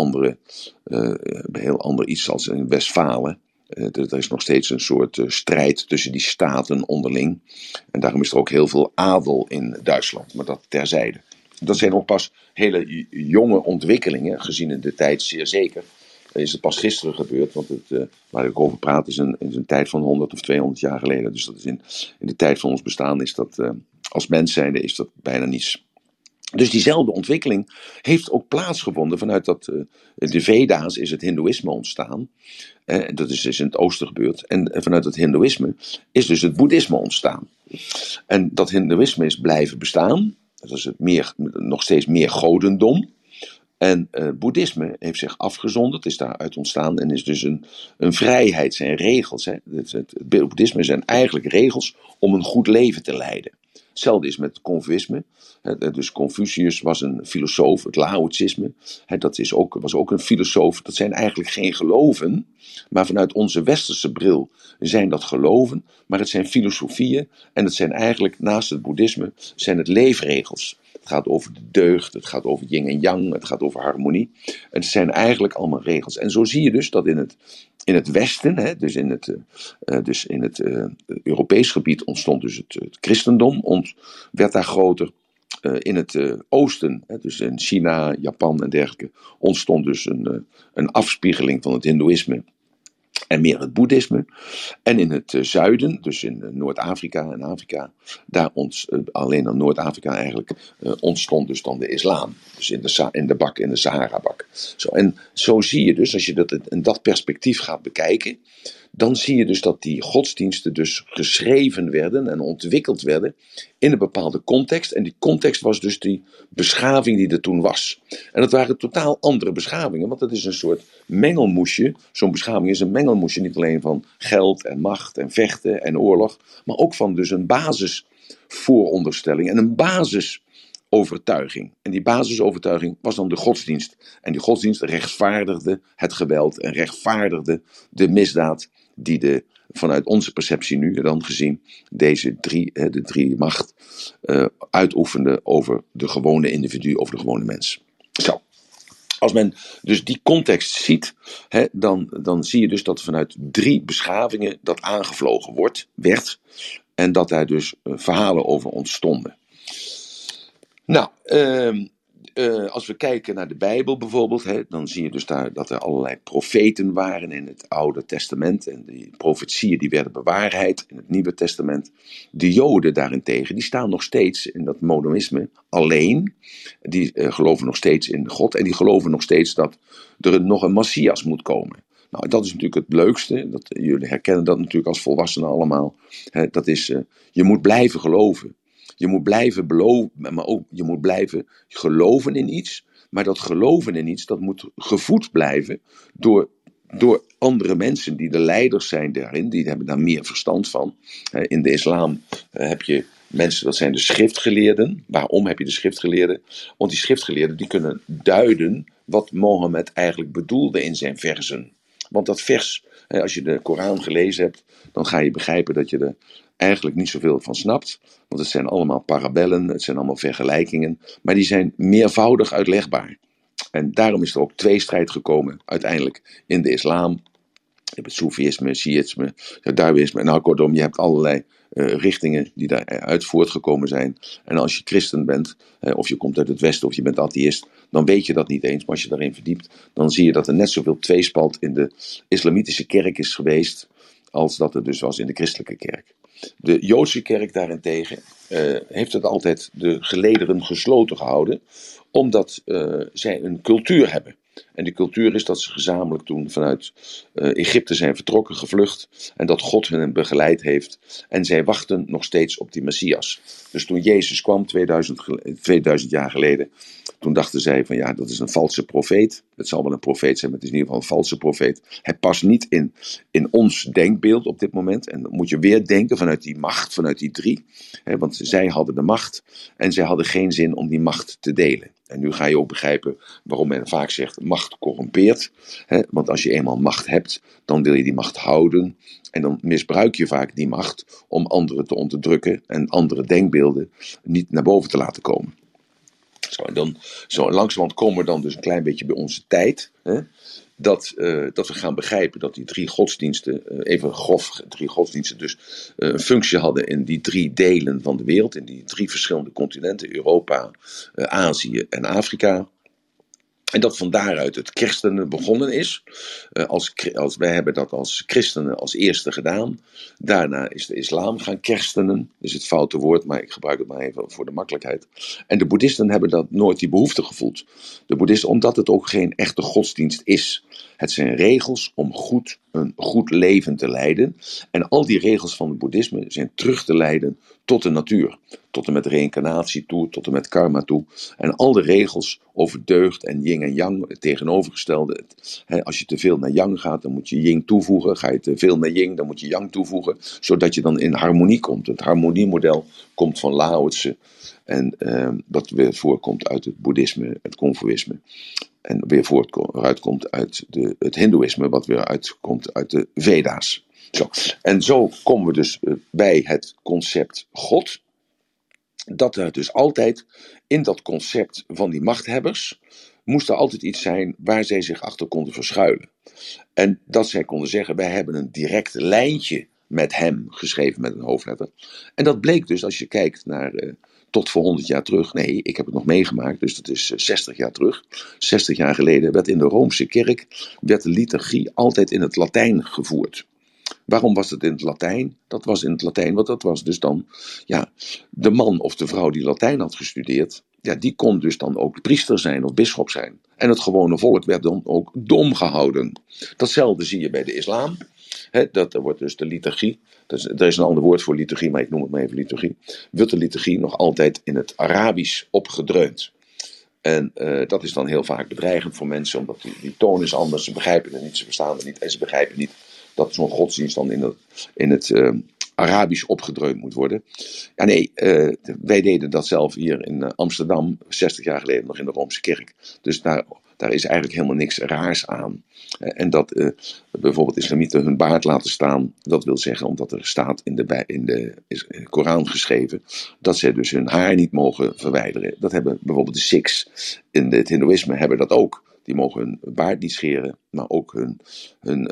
ander iets als in Westfalen. Er is nog steeds een soort strijd tussen die staten onderling. En daarom is er ook heel veel adel in Duitsland. Maar dat terzijde. Dat zijn ook pas hele jonge ontwikkelingen, gezien in de tijd zeer zeker. Is het pas gisteren gebeurd, want waar ik over praat is een tijd van 100 of 200 jaar geleden. Dus dat is in de tijd van ons bestaan is dat, als mens zijnde, is dat bijna niets. Dus diezelfde ontwikkeling heeft ook plaatsgevonden vanuit de Veda's is het Hindoeïsme ontstaan. Dat is dus in het oosten gebeurd. En vanuit het Hindoeïsme is dus het Boeddhisme ontstaan. En dat Hindoeïsme is blijven bestaan. Dat is het nog steeds meer godendom. En boeddhisme heeft zich afgezonderd, is daaruit ontstaan en is dus een vrijheid, zijn regels. Het boeddhisme zijn eigenlijk regels om een goed leven te leiden. Hetzelfde is met Confuïsme. Dus Confucius was een filosoof, het Lao-Tse, was ook een filosoof. Dat zijn eigenlijk geen geloven, maar vanuit onze westerse bril zijn dat geloven, maar het zijn filosofieën en het zijn eigenlijk, naast het boeddhisme, zijn het leefregels. Het gaat over de deugd, het gaat over yin en yang, het gaat over harmonie. Het zijn eigenlijk allemaal regels. En zo zie je dus dat in het Westen, dus in het Europees gebied ontstond dus het christendom, werd daar groter. In het oosten, dus in China, Japan en dergelijke, ontstond dus een afspiegeling van het hindoeïsme en meer het boeddhisme. En in het zuiden, dus in Noord-Afrika en Afrika, alleen in Noord-Afrika eigenlijk, ontstond dus dan de islam. Dus in de Sahara-bak. En zo zie je dus, als je dat in dat perspectief gaat bekijken, dan zie je dus dat die godsdiensten dus geschreven werden en ontwikkeld werden in een bepaalde context. En die context was dus die beschaving die er toen was. En dat waren totaal andere beschavingen, want dat is een soort mengelmoesje. Zo'n beschaving is een mengelmoesje, niet alleen van geld en macht en vechten en oorlog, maar ook van dus een basisvooronderstelling en een basisovertuiging. En die basisovertuiging was dan de godsdienst. En die godsdienst rechtvaardigde het geweld en rechtvaardigde de misdaad die vanuit onze perceptie nu dan gezien de drie macht uitoefende over de gewone individu, over de gewone mens. Zo. Als men dus die context ziet, dan zie je dus dat vanuit 3 beschavingen dat aangevlogen werd en dat daar dus verhalen over ontstonden. Nou, als we kijken naar de Bijbel bijvoorbeeld, dan zie je dus daar dat er allerlei profeten waren in het Oude Testament. En die profetieën die werden bewaarheid in het Nieuwe Testament. De Joden daarentegen, die staan nog steeds in dat monoïsme alleen. Die geloven nog steeds in God en die geloven nog steeds dat er nog een Messias moet komen. Nou, dat is natuurlijk het leukste. Jullie herkennen dat natuurlijk als volwassenen allemaal. Dat is, je moet blijven geloven. Je moet blijven beloven, maar ook je moet blijven geloven in iets. Maar dat geloven in iets, dat moet gevoed blijven door andere mensen die de leiders zijn daarin. Die hebben daar meer verstand van. In de islam heb je mensen, dat zijn de schriftgeleerden. Waarom heb je de schriftgeleerden? Want die schriftgeleerden die kunnen duiden wat Mohammed eigenlijk bedoelde in zijn versen. Want dat vers, als je de Koran gelezen hebt, dan ga je begrijpen dat je er eigenlijk niet zoveel van snapt. Want het zijn allemaal parabellen, het zijn allemaal vergelijkingen. Maar die zijn meervoudig uitlegbaar. En daarom is er ook tweestrijd gekomen uiteindelijk in de islam. Je hebt het Soefisme, Shiïsme, het Daoïsme. Nou, kortom, je hebt allerlei richtingen die daaruit voortgekomen zijn. En als je christen bent, of je komt uit het Westen of je bent atheïst, dan weet je dat niet eens. Maar als je daarin verdiept, dan zie je dat er net zoveel tweespalt in de islamitische kerk is geweest als dat er dus was in de christelijke kerk. De Joodse kerk daarentegen heeft het altijd de gelederen gesloten gehouden, omdat zij een cultuur hebben. En die cultuur is dat ze gezamenlijk toen vanuit Egypte zijn vertrokken, gevlucht. En dat God hen begeleid heeft. En zij wachten nog steeds op die Messias. Dus toen Jezus kwam, 2000 jaar geleden, toen dachten zij van ja, dat is een valse profeet. Het zal wel een profeet zijn, maar het is in ieder geval een valse profeet. Hij past niet in ons denkbeeld op dit moment. En dan moet je weer denken vanuit die macht, vanuit die 3. Want zij hadden de macht en zij hadden geen zin om die macht te delen. En nu ga je ook begrijpen waarom men vaak zegt macht corrompeert. Want als je eenmaal macht hebt, dan wil je die macht houden. En dan misbruik je vaak die macht om anderen te onderdrukken en andere denkbeelden niet naar boven te laten komen. En dan zo langzamerhand komen we dan dus een klein beetje bij onze tijd. Dat we gaan begrijpen dat die 3 godsdiensten, even grof 3 godsdiensten, dus een functie hadden in die 3 delen van de wereld, in die 3 verschillende continenten, Europa, Azië en Afrika. En dat van daaruit het christenen begonnen is. Wij hebben dat als christenen als eerste gedaan. Daarna is de islam gaan kerstenen. Dat is het foute woord, maar ik gebruik het maar even voor de makkelijkheid. En de boeddhisten hebben dat nooit die behoefte gevoeld. De boeddhisten, omdat het ook geen echte godsdienst is. Het zijn regels om een goed leven te leiden. En al die regels van het boeddhisme zijn terug te leiden tot de natuur. Tot en met reïncarnatie toe, tot en met karma toe. En al de regels over deugd en yin en yang, het tegenovergestelde. Als je te veel naar yang gaat, dan moet je yin toevoegen. Ga je te veel naar yin, dan moet je yang toevoegen. Zodat je dan in harmonie komt. Het harmoniemodel komt van Lao Tse. En dat weer voorkomt uit het boeddhisme, het Confuïsme. En weer vooruitkomt uit het hindoeïsme, wat weer uitkomt uit de Veda's. Zo. En zo komen we dus bij het concept God. Dat er dus altijd in dat concept van die machthebbers moest er altijd iets zijn waar zij zich achter konden verschuilen. En dat zij konden zeggen, wij hebben een direct lijntje met hem, geschreven met een hoofdletter. En dat bleek dus, als je kijkt naar tot voor 100 jaar terug. Nee, ik heb het nog meegemaakt, dus dat is 60 jaar terug. 60 jaar geleden werd in de Roomse kerk de liturgie altijd in het Latijn gevoerd. Waarom was het in het Latijn? Dat was in het Latijn, want dat was dus dan, ja, de man of de vrouw die Latijn had gestudeerd, ja, die kon dus dan ook priester zijn of bisschop zijn. En het gewone volk werd dan ook dom gehouden. Datzelfde zie je bij de islam. Dat wordt dus de liturgie, er is een ander woord voor liturgie, maar ik noem het maar even liturgie. Wordt de liturgie nog altijd in het Arabisch opgedreund. En dat is dan heel vaak bedreigend voor mensen, omdat die toon is anders, ze begrijpen het niet, ze verstaan het niet en ze begrijpen niet dat zo'n godsdienst dan in het Arabisch opgedreund moet worden. Ja, nee, wij deden dat zelf hier in Amsterdam, 60 jaar geleden nog in de Roomse kerk. Dus daar is eigenlijk helemaal niks raars aan. En dat bijvoorbeeld islamieten hun baard laten staan, dat wil zeggen, omdat er staat in de Koran geschreven, dat zij dus hun haar niet mogen verwijderen. Dat hebben bijvoorbeeld de Sikhs in het hindoeïsme hebben dat ook. Die mogen hun baard niet scheren, maar ook hun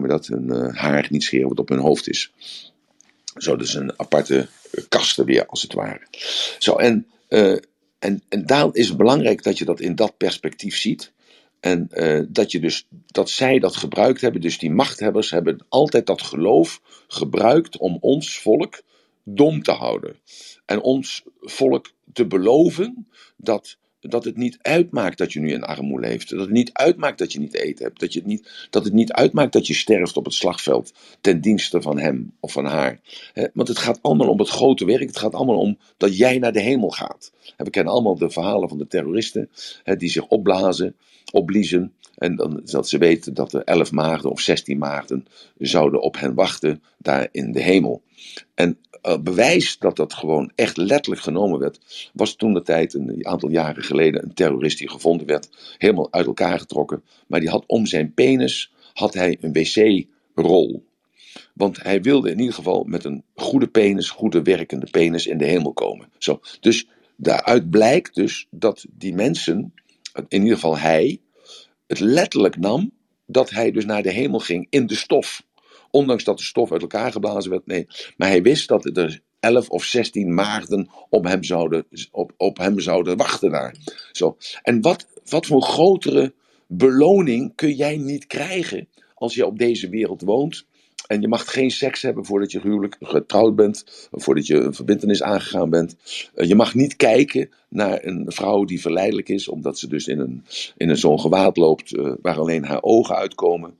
haar niet scheren wat op hun hoofd is. Zo, dus een aparte kaste weer, als het ware. Zo, en daarom is het belangrijk dat je dat in dat perspectief ziet. En dat zij dat gebruikt hebben, dus die machthebbers hebben altijd dat geloof gebruikt om ons volk dom te houden. En ons volk te beloven dat het niet uitmaakt dat je nu in armoede leeft. Dat het niet uitmaakt dat je niet eten hebt. Dat het niet uitmaakt dat je sterft op het slagveld ten dienste van hem of van haar. Want het gaat allemaal om het grote werk. Het gaat allemaal om dat jij naar de hemel gaat. We kennen allemaal de verhalen van de terroristen die zich opbliezen. En dan, dat ze weten dat er 11 maagden of 16 maagden zouden op hen wachten daar in de hemel. En bewijs dat dat gewoon echt letterlijk genomen werd, was toen de tijd, een aantal jaren geleden, een terrorist die gevonden werd, helemaal uit elkaar getrokken. Maar die had om zijn penis een wc-rol. Want hij wilde in ieder geval met een goede penis, goede werkende penis in de hemel komen. Zo. Dus daaruit blijkt dus dat die mensen, in ieder geval hij, het letterlijk nam dat hij dus naar de hemel ging in de stof. Ondanks dat de stof uit elkaar geblazen werd, nee. Maar hij wist dat er 11 of 16 maagden op hem zouden wachten daar. Zo. En wat voor grotere beloning kun jij niet krijgen als je op deze wereld woont? En je mag geen seks hebben voordat je huwelijk getrouwd bent, voordat je een verbintenis aangegaan bent. Je mag niet kijken naar een vrouw die verleidelijk is, omdat ze dus in zo'n gewaad loopt waar alleen haar ogen uitkomen.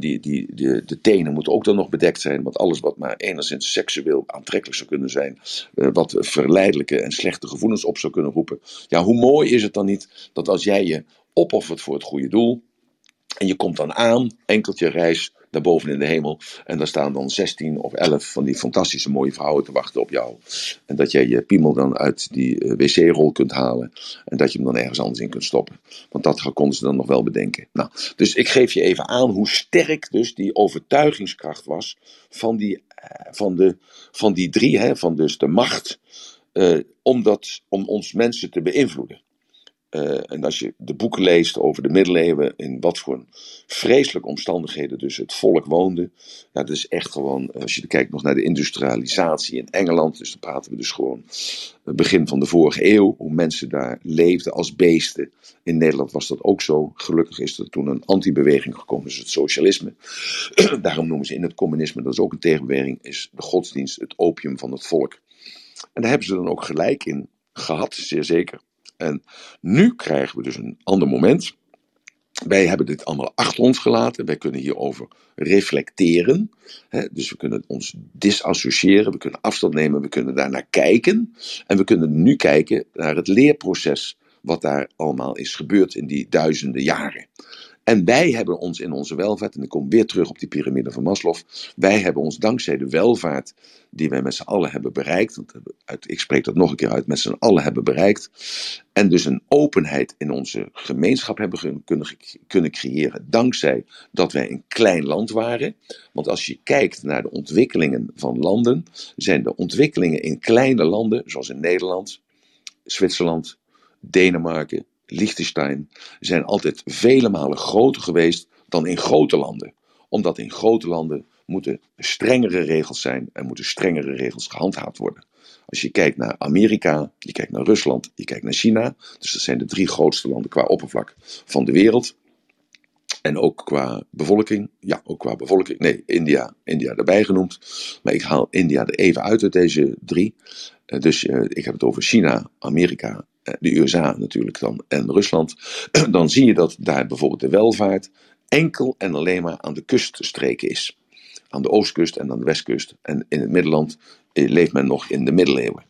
De tenen moeten ook dan nog bedekt zijn, want alles wat maar enigszins seksueel aantrekkelijk zou kunnen zijn, wat verleidelijke en slechte gevoelens op zou kunnen roepen. Ja, hoe mooi is het dan niet dat als jij je opoffert voor het goede doel, en je komt dan aan, enkeltje reis daarboven in de hemel. En daar staan dan 16 of 11 van die fantastische mooie vrouwen te wachten op jou. En dat jij je piemel dan uit die wc-rol kunt halen. En dat je hem dan ergens anders in kunt stoppen. Want dat konden ze dan nog wel bedenken. Nou, dus ik geef je even aan hoe sterk dus die overtuigingskracht was van die drie, van dus de macht. Om ons mensen te beïnvloeden. En als je de boeken leest over de middeleeuwen, in wat voor vreselijke omstandigheden dus het volk woonde. Ja, dat is echt gewoon, als je kijkt nog naar de industrialisatie in Engeland, dus dan praten we dus gewoon begin van de vorige eeuw, hoe mensen daar leefden als beesten. In Nederland was dat ook zo. Gelukkig is er toen een antibeweging gekomen, dus het socialisme. Daarom noemen ze in het communisme, dat is ook een tegenbeweging, is de godsdienst het opium van het volk. En daar hebben ze dan ook gelijk in gehad, zeer zeker. En nu krijgen we dus een ander moment. Wij hebben dit allemaal achter ons gelaten. Wij kunnen hierover reflecteren. Dus we kunnen ons disassociëren. We kunnen afstand nemen. We kunnen daarnaar kijken. En we kunnen nu kijken naar het leerproces. Wat daar allemaal is gebeurd in die duizenden jaren. En wij hebben ons in onze welvaart, en ik kom weer terug op die piramide van Maslow. Wij hebben ons dankzij de welvaart die wij met z'n allen hebben bereikt. Want ik spreek dat nog een keer uit, met z'n allen hebben bereikt. En dus een openheid in onze gemeenschap hebben kunnen creëren. Dankzij dat wij een klein land waren. Want als je kijkt naar de ontwikkelingen van landen. Zijn de ontwikkelingen in kleine landen, zoals in Nederland, Zwitserland, Denemarken, Liechtenstein, zijn altijd vele malen groter geweest dan in grote landen. Omdat in grote landen moeten strengere regels zijn en moeten strengere regels gehandhaafd worden. Als je kijkt naar Amerika, je kijkt naar Rusland, je kijkt naar China. Dus dat zijn de 3 grootste landen qua oppervlak van de wereld. En ook qua bevolking. Ja, ook qua bevolking. Nee, India erbij genoemd. Maar ik haal India er even uit deze 3. Dus ik heb het over China, Amerika, de USA natuurlijk dan en Rusland. Dan zie je dat daar bijvoorbeeld de welvaart enkel en alleen maar aan de kuststreken is. Aan de oostkust en aan de westkust. En in het Middelland leeft men nog in de middeleeuwen.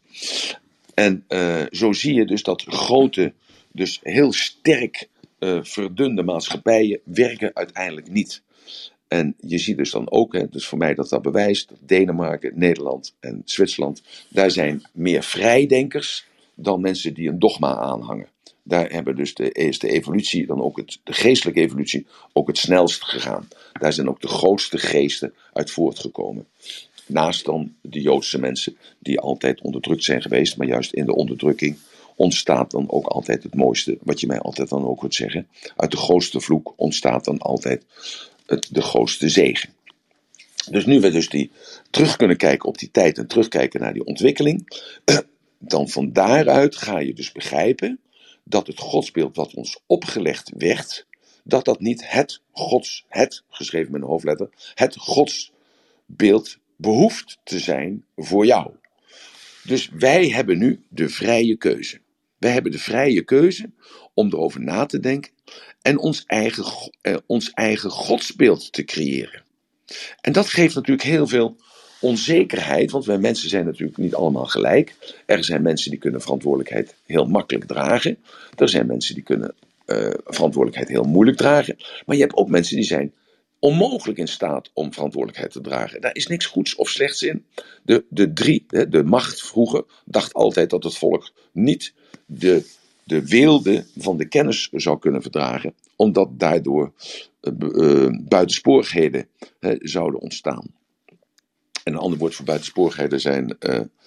En zo zie je dus dat grote, dus heel sterk verdunde maatschappijen werken uiteindelijk niet. En je ziet dus dan ook, dus voor mij dat bewijst, dat Denemarken, Nederland en Zwitserland, daar zijn meer vrijdenkers dan mensen die een dogma aanhangen. Daar hebben dus is de evolutie, dan ook de geestelijke evolutie, ook het snelst gegaan. Daar zijn ook de grootste geesten uit voortgekomen. Naast dan de Joodse mensen die altijd onderdrukt zijn geweest, maar juist in de onderdrukking ontstaat dan ook altijd het mooiste, wat je mij altijd dan ook kunt zeggen. Uit de grootste vloek ontstaat dan altijd de grootste zegen. Dus nu we dus terug kunnen kijken op die tijd en terugkijken naar die ontwikkeling, dan van daaruit ga je dus begrijpen dat het godsbeeld wat ons opgelegd werd, dat niet het geschreven met een hoofdletter, het godsbeeld behoeft te zijn voor jou. Dus wij hebben nu de vrije keuze. Wij hebben de vrije keuze om erover na te denken en ons eigen godsbeeld te creëren. En dat geeft natuurlijk heel veel onzekerheid, want wij mensen zijn natuurlijk niet allemaal gelijk. Er zijn mensen die kunnen verantwoordelijkheid heel makkelijk dragen. Er zijn mensen die kunnen verantwoordelijkheid heel moeilijk dragen. Maar je hebt ook mensen die zijn onmogelijk in staat om verantwoordelijkheid te dragen. Daar is niks goeds of slechts in. De macht vroeger dacht altijd dat het volk niet de weelde van de kennis zou kunnen verdragen, omdat daardoor buitensporigheden zouden ontstaan. En een ander woord voor buitensporigheden zijn,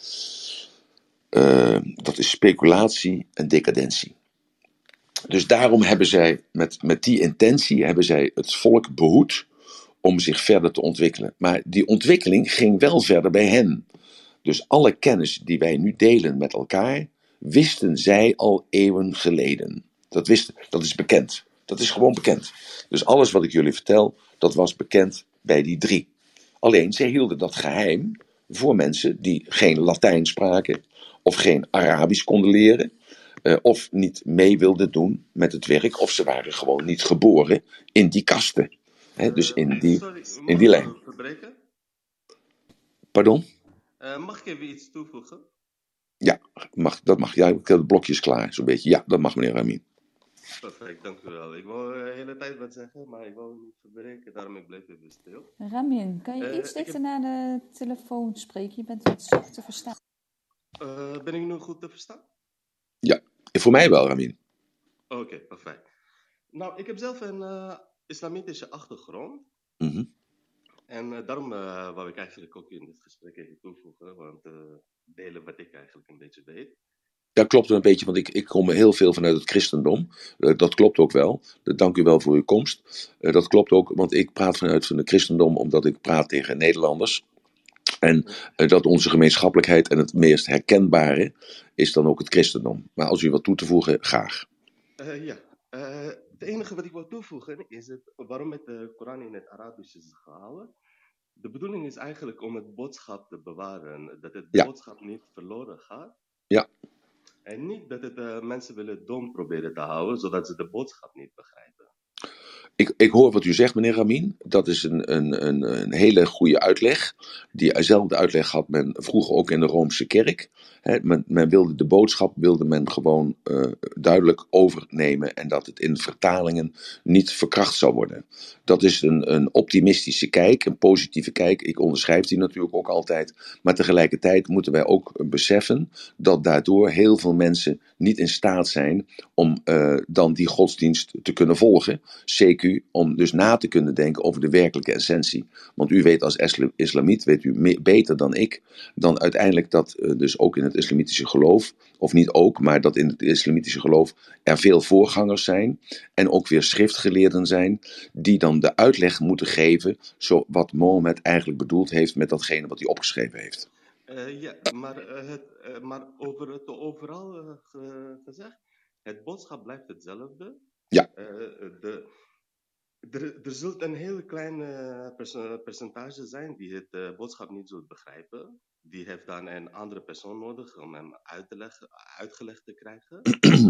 dat is speculatie en decadentie. Dus daarom hebben zij, met die intentie, hebben zij het volk behoed om zich verder te ontwikkelen. Maar die ontwikkeling ging wel verder bij hen. Dus alle kennis die wij nu delen met elkaar, wisten zij al eeuwen geleden. Dat is bekend. Dat is gewoon bekend. Dus alles wat ik jullie vertel, dat was bekend bij die 3. Alleen, zij hielden dat geheim voor mensen die geen Latijn spraken, of geen Arabisch konden leren, of niet mee wilden doen met het werk, of ze waren gewoon niet geboren in die kasten. Dus in die lijn. Verbreken? Pardon? Mag ik even iets toevoegen? Ja, dat mag. Ja, ik heb de blokjes klaar, zo'n beetje. Ja, dat mag, meneer Ramin. Perfect, dank u wel. Ik wou de hele tijd wat zeggen, maar ik wou niet verbreken, daarom ik bleef even stil. Ramin, kan je iets dichter naar de telefoon spreken? Je bent wat zacht te verstaan. Ben ik nu goed te verstaan? Ja, voor mij wel, Ramin. Oké, perfect. Nou, ik heb zelf een islamitische achtergrond. Mm-hmm. En daarom wou ik eigenlijk ook in dit gesprek even toevoegen, want delen wat ik eigenlijk een beetje weet. Dat klopt een beetje, want ik kom heel veel vanuit het christendom. Dat klopt ook wel. Dank u wel voor uw komst. Dat klopt ook, want ik praat vanuit het christendom omdat ik praat tegen Nederlanders. En dat onze gemeenschappelijkheid en het meest herkenbare is dan ook het christendom. Maar als u wat toe te voegen, graag. Ja, het enige wat ik wil toevoegen is waarom met de Koran in het Arabisch is gehouden. De bedoeling is eigenlijk om het boodschap te bewaren. Dat het boodschap niet verloren gaat. Ja. En niet dat het mensen willen dom proberen te houden, zodat ze de boodschap niet begrijpen. Ik hoor wat u zegt, meneer Ramin. Dat is een hele goede uitleg. Diezelfde uitleg had men vroeger ook in de Roomse kerk. Men wilde de boodschap gewoon duidelijk overnemen. En dat het in vertalingen niet verkracht zou worden. Dat is een optimistische kijk, een positieve kijk. Ik onderschrijf die natuurlijk ook altijd. Maar tegelijkertijd moeten wij ook beseffen dat daardoor heel veel mensen niet in staat zijn om dan die godsdienst te kunnen volgen. CQ, om dus na te kunnen denken over de werkelijke essentie. Want u weet als islamiet, weet u beter dan ik, dan uiteindelijk dat dus ook in het islamitische geloof, of niet ook, maar dat in het islamitische geloof er veel voorgangers zijn en ook weer schriftgeleerden zijn, die dan de uitleg moeten geven, zo wat Mohammed eigenlijk bedoeld heeft met datgene wat hij opgeschreven heeft. Ja, maar over het overal gezegd, het boodschap blijft hetzelfde. Ja. Er zult een heel klein percentage zijn die het boodschap niet zult begrijpen. Die heeft dan een andere persoon nodig om hem uitgelegd te krijgen.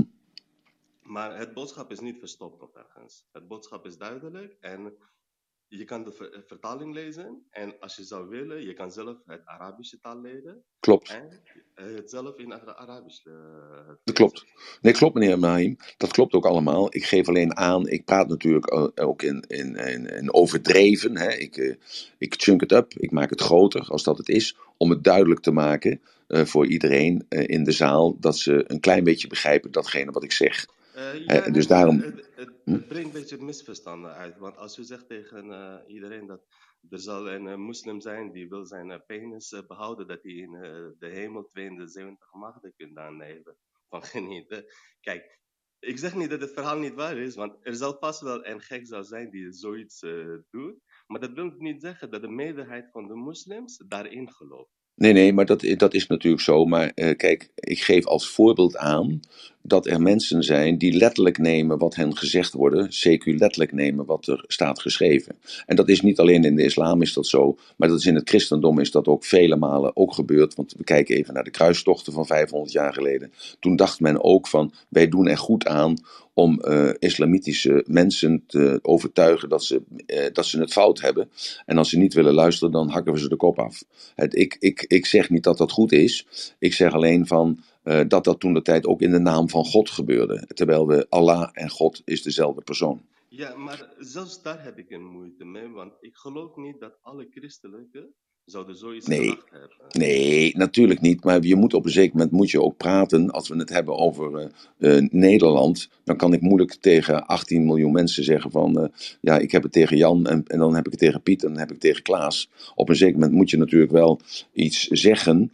Maar het boodschap is niet verstopt of ergens. Het boodschap is duidelijk en je kan de vertaling lezen. En als je zou willen, je kan zelf het Arabische taal leren. Klopt. En het zelf in het Arabisch dat klopt. Nee, klopt meneer Mahim. Dat klopt ook allemaal. Ik geef alleen aan, ik praat natuurlijk ook in overdreven. Hè. Ik chunk het up, ik maak het groter als dat het is. Om het duidelijk te maken voor iedereen in de zaal. Dat ze een klein beetje begrijpen datgene wat ik zeg. Dus daarom... Het brengt een beetje misverstanden uit. Want als u zegt tegen iedereen dat er zal een moslim zijn die wil zijn penis behouden, dat hij in de hemel 72 maagden kunt aannemen van genieten. Kijk, ik zeg niet dat het verhaal niet waar is, want er zal vast wel een gek zou zijn die zoiets doet. Maar dat wil niet zeggen dat de meerderheid van de moslims daarin gelooft. Nee, maar dat is natuurlijk zo. Maar kijk, ik geef als voorbeeld aan dat er mensen zijn die letterlijk nemen wat hen gezegd wordt, CQ letterlijk nemen wat er staat geschreven. En dat is niet alleen in de islam is dat zo, maar dat is in het christendom is dat ook vele malen ook gebeurd. Want we kijken even naar de kruistochten van 500 jaar geleden. Toen dacht men ook van, wij doen er goed aan om islamitische mensen te overtuigen dat ze het fout hebben. En als ze niet willen luisteren, dan hakken we ze de kop af. Ik zeg niet dat dat goed is. Ik zeg alleen van dat toen de tijd ook in de naam van God gebeurde. Terwijl we Allah en God is dezelfde persoon. Ja, maar zelfs daar heb ik een moeite mee. Want ik geloof niet dat alle christelijke zouden zoiets gedacht hebben. Nee, natuurlijk niet. Maar je moet op een zeker moment ook praten. Als we het hebben over Nederland, dan kan ik moeilijk tegen 18 miljoen mensen zeggen van ja, ik heb het tegen Jan en dan heb ik het tegen Piet en dan heb ik het tegen Klaas. Op een zeker moment moet je natuurlijk wel iets zeggen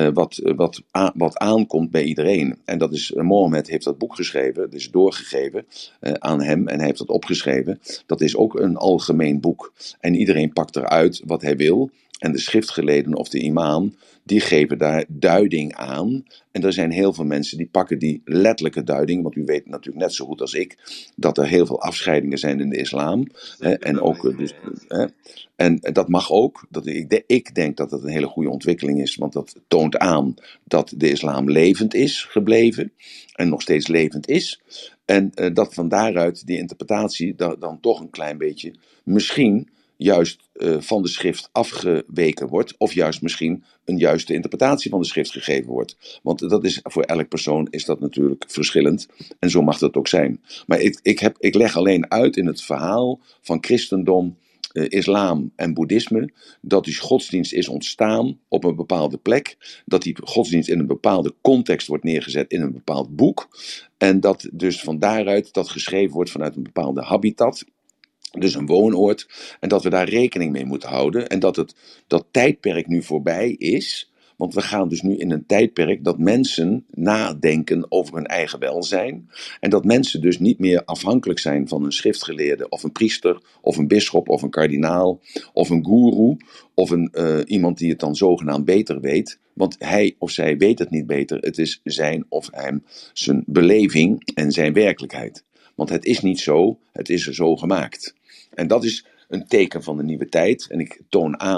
wat aankomt bij iedereen. En dat is, Mohammed heeft dat boek geschreven, dat is doorgegeven aan hem en hij heeft dat opgeschreven. Dat is ook een algemeen boek. En iedereen pakt eruit wat hij wil. En de schriftgeleerden of de imam, die geven daar duiding aan. En er zijn heel veel mensen die pakken die letterlijke duiding, want u weet natuurlijk net zo goed als ik, dat er heel veel afscheidingen zijn in de islam. En ook, en dat mag ook. Ik denk dat dat een hele goede ontwikkeling is, want dat toont aan dat de islam levend is gebleven en nog steeds levend is. En dat van daaruit die interpretatie dan toch een klein beetje misschien juist van de schrift afgeweken wordt, of juist misschien een juiste interpretatie van de schrift gegeven wordt. Want dat is voor elk persoon is dat natuurlijk verschillend en zo mag dat ook zijn. Maar ik leg alleen uit in het verhaal van christendom, islam en boeddhisme, dat die godsdienst is ontstaan op een bepaalde plek, dat die godsdienst in een bepaalde context wordt neergezet in een bepaald boek, en dat dus van daaruit dat geschreven wordt vanuit een bepaalde habitat, dus een woonoord, en dat we daar rekening mee moeten houden en dat tijdperk nu voorbij is. Want we gaan dus nu in een tijdperk dat mensen nadenken over hun eigen welzijn. En dat mensen dus niet meer afhankelijk zijn van een schriftgeleerde of een priester of een bisschop of een kardinaal of een goeroe of iemand die het dan zogenaamd beter weet. Want hij of zij weet het niet beter. Het is zijn of hem zijn beleving en zijn werkelijkheid. Want het is niet zo, het is er zo gemaakt. En dat is een teken van de nieuwe tijd. En ik toon aan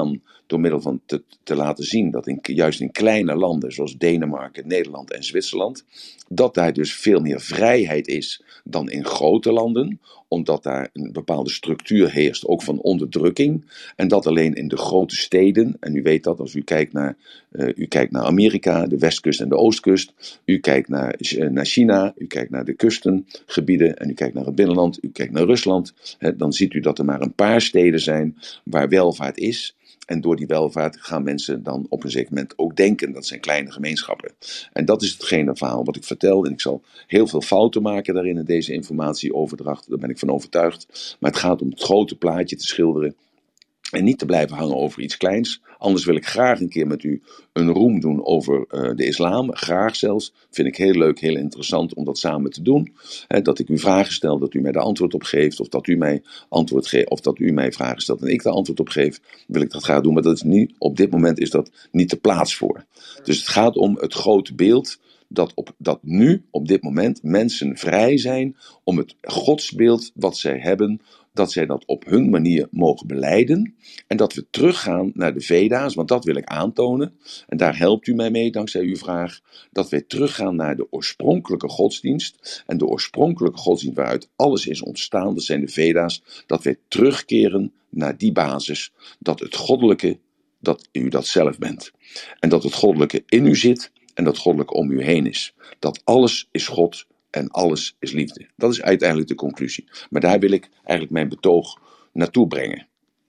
door middel van te laten zien dat juist in kleine landen zoals Denemarken, Nederland en Zwitserland, dat daar dus veel meer vrijheid is dan in grote landen, omdat daar een bepaalde structuur heerst, ook van onderdrukking. En dat alleen in de grote steden, en u weet dat als u kijkt naar Amerika, de westkust en de oostkust, u kijkt naar China, u kijkt naar de kustengebieden en u kijkt naar het binnenland, u kijkt naar Rusland, dan ziet u dat er maar een paar steden zijn waar welvaart is. En door die welvaart gaan mensen dan op een zeker moment ook denken. Dat zijn kleine gemeenschappen. En dat is hetgene verhaal wat ik vertel. En ik zal heel veel fouten maken daarin in deze informatieoverdracht. Daar ben ik van overtuigd. Maar het gaat om het grote plaatje te schilderen. En niet te blijven hangen over iets kleins. Anders wil ik graag een keer met u een room doen over de islam. Graag zelfs. Vind ik heel leuk, heel interessant om dat samen te doen. Dat ik u vragen stel, dat u mij de antwoord op geeft. Of dat u mij antwoord geeft. Of dat u mij vragen stelt en ik daar antwoord op geef. Wil ik dat graag doen. Maar dat is niet, op dit moment is dat niet de plaats voor. Dus het gaat om het grote beeld. Dat nu, op dit moment, mensen vrij zijn om het godsbeeld wat zij hebben, dat zij dat op hun manier mogen belijden. En dat we teruggaan naar de Veda's, want dat wil ik aantonen. En daar helpt u mij mee, dankzij uw vraag. Dat wij teruggaan naar de oorspronkelijke godsdienst. En de oorspronkelijke godsdienst waaruit alles is ontstaan, dat zijn de Veda's. Dat wij terugkeren naar die basis. Dat het goddelijke, dat u dat zelf bent. En dat het goddelijke in u zit. En dat goddelijke om u heen is. Dat alles is God en alles is liefde. Dat is uiteindelijk de conclusie. Maar daar wil ik eigenlijk mijn betoog naartoe brengen.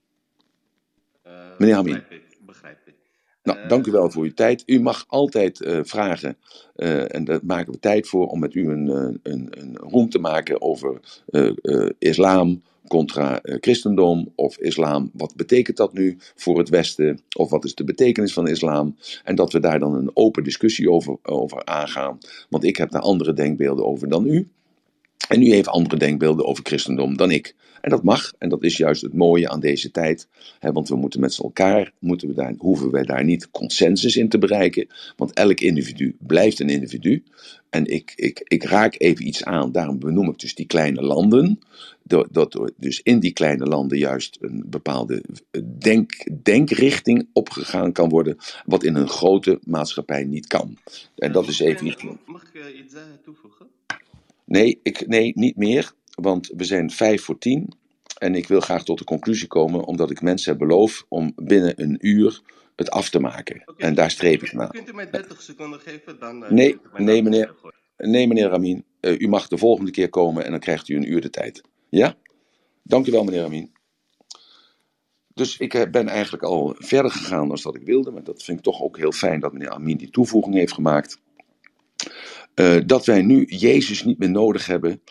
Meneer Hamien. Begrijp ik. Nou, dank u wel voor uw tijd. U mag altijd vragen. En daar maken we tijd voor om met u een room te maken over islam contra christendom of islam. Wat betekent dat nu voor het Westen? Of wat is de betekenis van islam? En dat we daar dan een open discussie over aangaan. Want ik heb daar andere denkbeelden over dan u. En u heeft andere denkbeelden over christendom dan ik. En dat mag, en dat is juist het mooie aan deze tijd. Want we moeten met z'n elkaar, hoeven wij daar niet consensus in te bereiken. Want elk individu blijft een individu. En ik raak even iets aan, daarom benoem ik dus die kleine landen. Dat dus in die kleine landen juist een bepaalde denkrichting opgegaan kan worden. Wat in een grote maatschappij niet kan. En dat is even iets. Mag ik iets toevoegen? Nee, niet meer. Want we zijn 9:55 en ik wil graag tot de conclusie komen, omdat ik mensen beloof om binnen een uur het af te maken. Okay. En daar streep ik naar. Kunt u mij 30 seconden geven? Dan, nee, meneer Hamien. U mag de volgende keer komen en dan krijgt u een uur de tijd. Ja? Dank u wel, meneer Hamien. Dus ik ben eigenlijk al verder gegaan dan dat ik wilde. Maar dat vind ik toch ook heel fijn dat meneer Hamien die toevoeging heeft gemaakt. Dat wij nu Jezus niet meer nodig hebben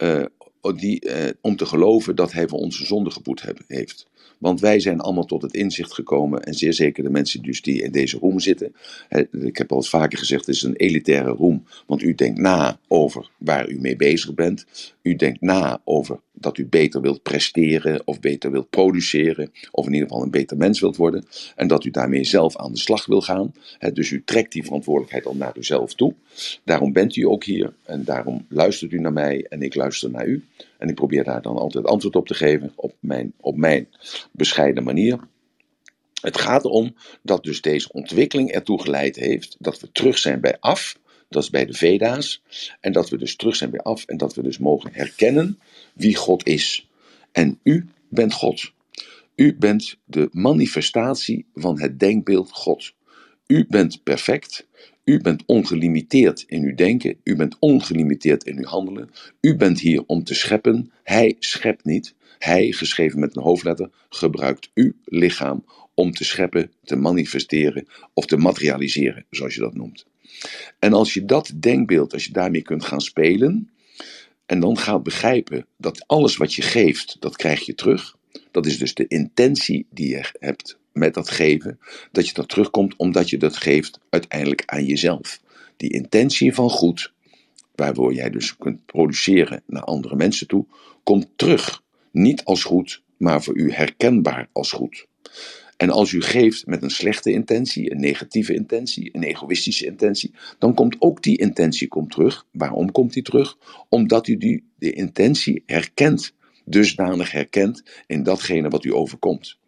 om te geloven dat hij voor onze zonde geboet heeft. Want wij zijn allemaal tot het inzicht gekomen, en zeer zeker de mensen dus die in deze room zitten. Ik heb al eens vaker gezegd, het is een elitaire room, want u denkt na over waar u mee bezig bent. U denkt na over dat u beter wilt presteren of beter wilt produceren, of in ieder geval een beter mens wilt worden. En dat u daarmee zelf aan de slag wil gaan. Dus u trekt die verantwoordelijkheid al naar uzelf toe. Daarom bent u ook hier en daarom luistert u naar mij en ik luister naar u. En ik probeer daar dan altijd antwoord op te geven op mijn bescheiden manier. Het gaat erom dat dus deze ontwikkeling ertoe geleid heeft dat we terug zijn bij af. Dat is bij de Veda's. En dat we dus terug zijn bij af en dat we dus mogen herkennen wie God is. En u bent God. U bent de manifestatie van het denkbeeld God. U bent perfect. U bent ongelimiteerd in uw denken. U bent ongelimiteerd in uw handelen. U bent hier om te scheppen. Hij schept niet. Hij, geschreven met een hoofdletter, gebruikt uw lichaam om te scheppen, te manifesteren of te materialiseren, zoals je dat noemt. En als je dat denkbeeld, als je daarmee kunt gaan spelen en dan gaat begrijpen dat alles wat je geeft, dat krijg je terug. Dat is dus de intentie die je hebt met dat geven, dat je dat terugkomt omdat je dat geeft uiteindelijk aan jezelf. Die intentie van goed, waardoor jij dus kunt produceren naar andere mensen toe, komt terug. Niet als goed, maar voor u herkenbaar als goed. En als u geeft met een slechte intentie, een negatieve intentie, een egoïstische intentie, dan komt ook die intentie terug. Waarom komt die terug? Omdat u de intentie herkent, dusdanig herkent in datgene wat u overkomt.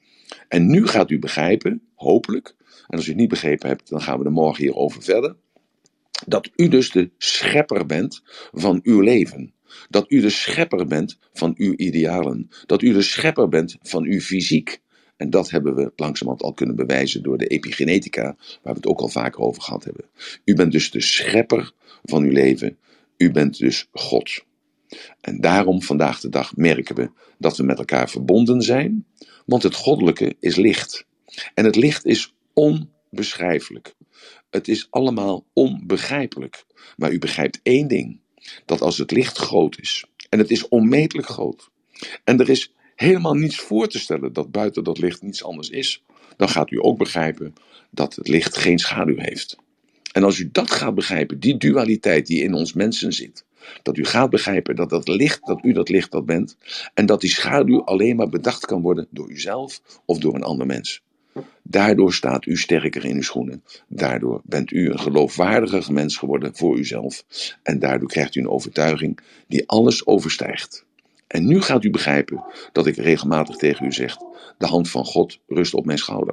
En nu gaat u begrijpen, hopelijk, en als u het niet begrepen hebt, dan gaan we er morgen hierover verder, dat u dus de schepper bent van uw leven. Dat u de schepper bent van uw idealen. Dat u de schepper bent van uw fysiek. En dat hebben we langzamerhand al kunnen bewijzen door de epigenetica, waar we het ook al vaker over gehad hebben. U bent dus de schepper van uw leven. U bent dus God. En daarom vandaag de dag merken we dat we met elkaar verbonden zijn, want het goddelijke is licht. En het licht is onbeschrijfelijk. Het is allemaal onbegrijpelijk. Maar u begrijpt één ding, dat als het licht groot is, en het is onmetelijk groot, en er is helemaal niets voor te stellen dat buiten dat licht niets anders is, dan gaat u ook begrijpen dat het licht geen schaduw heeft. En als u dat gaat begrijpen, die dualiteit die in ons mensen zit, dat u gaat begrijpen dat dat licht, dat u dat licht dat bent, en dat die schaduw alleen maar bedacht kan worden door uzelf of door een ander mens. Daardoor staat u sterker in uw schoenen. Daardoor bent u een geloofwaardiger mens geworden voor uzelf. En daardoor krijgt u een overtuiging die alles overstijgt. En nu gaat u begrijpen dat ik regelmatig tegen u zeg, de hand van God rust op mijn schouder.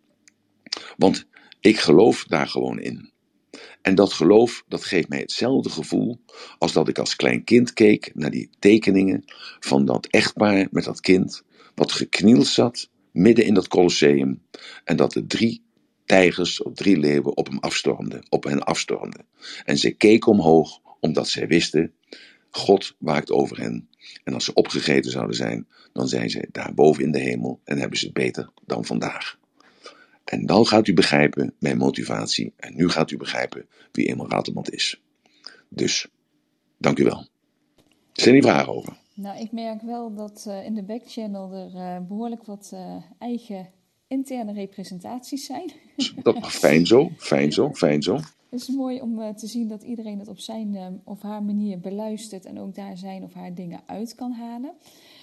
Want ik geloof daar gewoon in. En dat geloof, dat geeft mij hetzelfde gevoel als dat ik als klein kind keek naar die tekeningen van dat echtpaar met dat kind, wat geknield zat midden in dat Colosseum. En dat de 3 tijgers of 3 leeuwen op hen afstormden. En ze keken omhoog, omdat zij wisten, God waakt over hen. En als ze opgegeten zouden zijn, dan zijn ze daar boven in de hemel en hebben ze het beter dan vandaag. En dan gaat u begrijpen mijn motivatie. En nu gaat u begrijpen wie Emil Ratelband is. Dus, dank u wel. Zijn er vragen over? Nou, ik merk wel dat in de backchannel er behoorlijk wat eigen interne representaties zijn. Fijn zo, fijn zo, fijn zo. Het is mooi om te zien dat iedereen het op zijn of haar manier beluistert en ook daar zijn of haar dingen uit kan halen.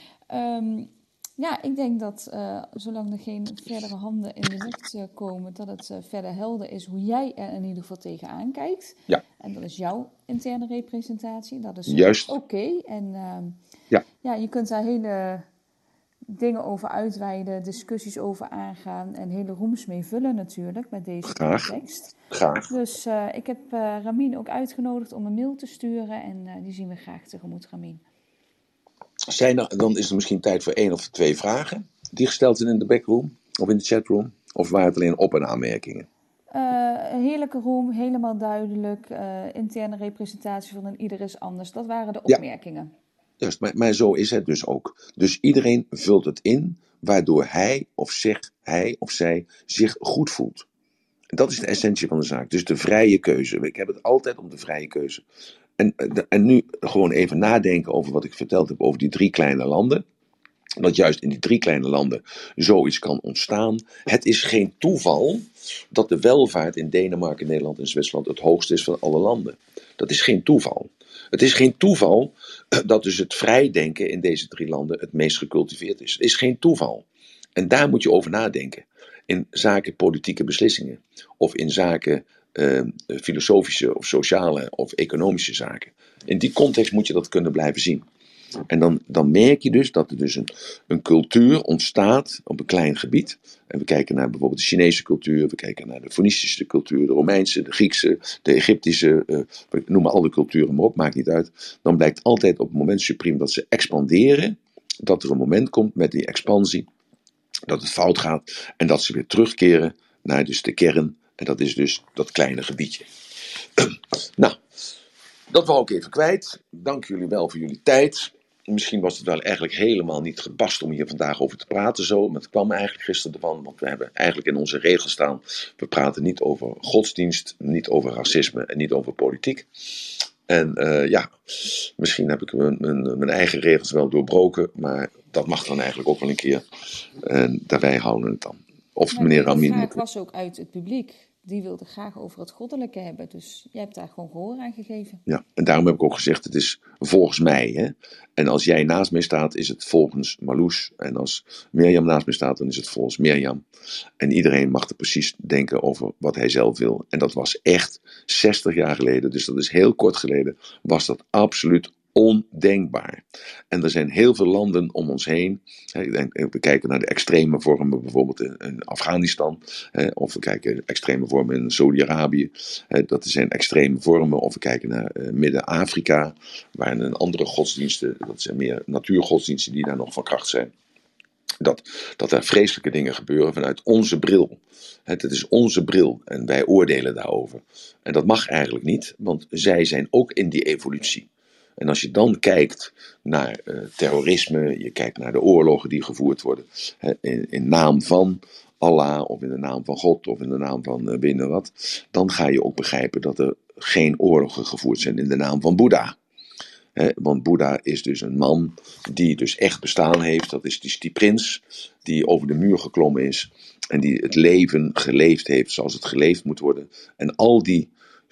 Ja, ik denk dat zolang er geen verdere handen in de weg komen, dat het verder helder is hoe jij er in ieder geval tegenaan kijkt. Ja. En dat is jouw interne representatie. Dat is juist oké. En ja, je kunt daar hele dingen over uitweiden, discussies over aangaan en hele rooms mee vullen natuurlijk met deze tekst. Graag. Dus ik heb Ramin ook uitgenodigd om een mail te sturen en die zien we graag tegemoet, Ramin. Dan is er misschien tijd voor 1 of 2 vragen die gesteld zijn in de backroom of in de chatroom. Of waren het alleen op- en aanmerkingen? Een heerlijke room, helemaal duidelijk. Interne representatie van een ieder is anders. Dat waren de opmerkingen. Ja. Juist, maar zo is het dus ook. Dus iedereen vult het in waardoor hij of zij zich goed voelt. En dat is de essentie van de zaak. Dus de vrije keuze. Ik heb het altijd om de vrije keuze. En nu gewoon even nadenken over wat ik verteld heb over die 3 kleine landen. Dat juist in die 3 kleine landen zoiets kan ontstaan. Het is geen toeval dat de welvaart in Denemarken, Nederland en Zwitserland het hoogste is van alle landen. Dat is geen toeval. Het is geen toeval dat dus het vrijdenken in deze 3 landen het meest gecultiveerd is. Het is geen toeval. En daar moet je over nadenken. In zaken politieke beslissingen. Of in zaken filosofische of sociale of economische zaken. In die context moet je dat kunnen blijven zien. En dan merk je dus dat er dus een cultuur ontstaat op een klein gebied. En we kijken naar bijvoorbeeld de Chinese cultuur, we kijken naar de Foenicische cultuur, de Romeinse, de Griekse, de Egyptische, we noemen alle culturen maar op, maakt niet uit. Dan blijkt altijd op het moment supreme dat ze expanderen, dat er een moment komt met die expansie, dat het fout gaat en dat ze weer terugkeren naar dus de kern. En dat is dus dat kleine gebiedje. Nou, dat wou ik even kwijt. Dank jullie wel voor jullie tijd. Misschien was het wel eigenlijk helemaal niet gepast om hier vandaag over te praten zo. Maar het kwam eigenlijk gisteren ervan. Want we hebben eigenlijk in onze regels staan. We praten niet over godsdienst, niet over racisme en niet over politiek. En misschien heb ik mijn eigen regels wel doorbroken. Maar dat mag dan eigenlijk ook wel een keer. En daarbij houden we het dan. Of meneer Ramin. De vraag was ook uit het publiek. Die wilde graag over het goddelijke hebben. Dus jij hebt daar gewoon gehoor aan gegeven. Ja, en daarom heb ik ook gezegd, het is volgens mij. Hè? En als jij naast mij staat, is het volgens Marloes. En als Mirjam naast mij staat, dan is het volgens Mirjam. En iedereen mag er precies denken over wat hij zelf wil. En dat was echt 60 jaar geleden, dus dat is heel kort geleden, was dat absoluut ondenkbaar. En er zijn heel veel landen om ons heen. We kijken naar de extreme vormen bijvoorbeeld in Afghanistan. Of we kijken extreme vormen in Saudi-Arabië. Dat zijn extreme vormen. Of we kijken naar Midden-Afrika. Waar een andere godsdiensten, dat zijn meer natuurgodsdiensten die daar nog van kracht zijn. Dat er vreselijke dingen gebeuren vanuit onze bril. Het is onze bril en wij oordelen daarover. En dat mag eigenlijk niet, want zij zijn ook in die evolutie. En als je dan kijkt naar terrorisme, je kijkt naar de oorlogen die gevoerd worden in naam van Allah of in de naam van God of in de naam van binnen wat, dan ga je ook begrijpen dat er geen oorlogen gevoerd zijn in de naam van Boeddha. Want Boeddha is dus een man die dus echt bestaan heeft. Dat is dus die prins die over de muur geklommen is. En die het leven geleefd heeft zoals het geleefd moet worden. En al die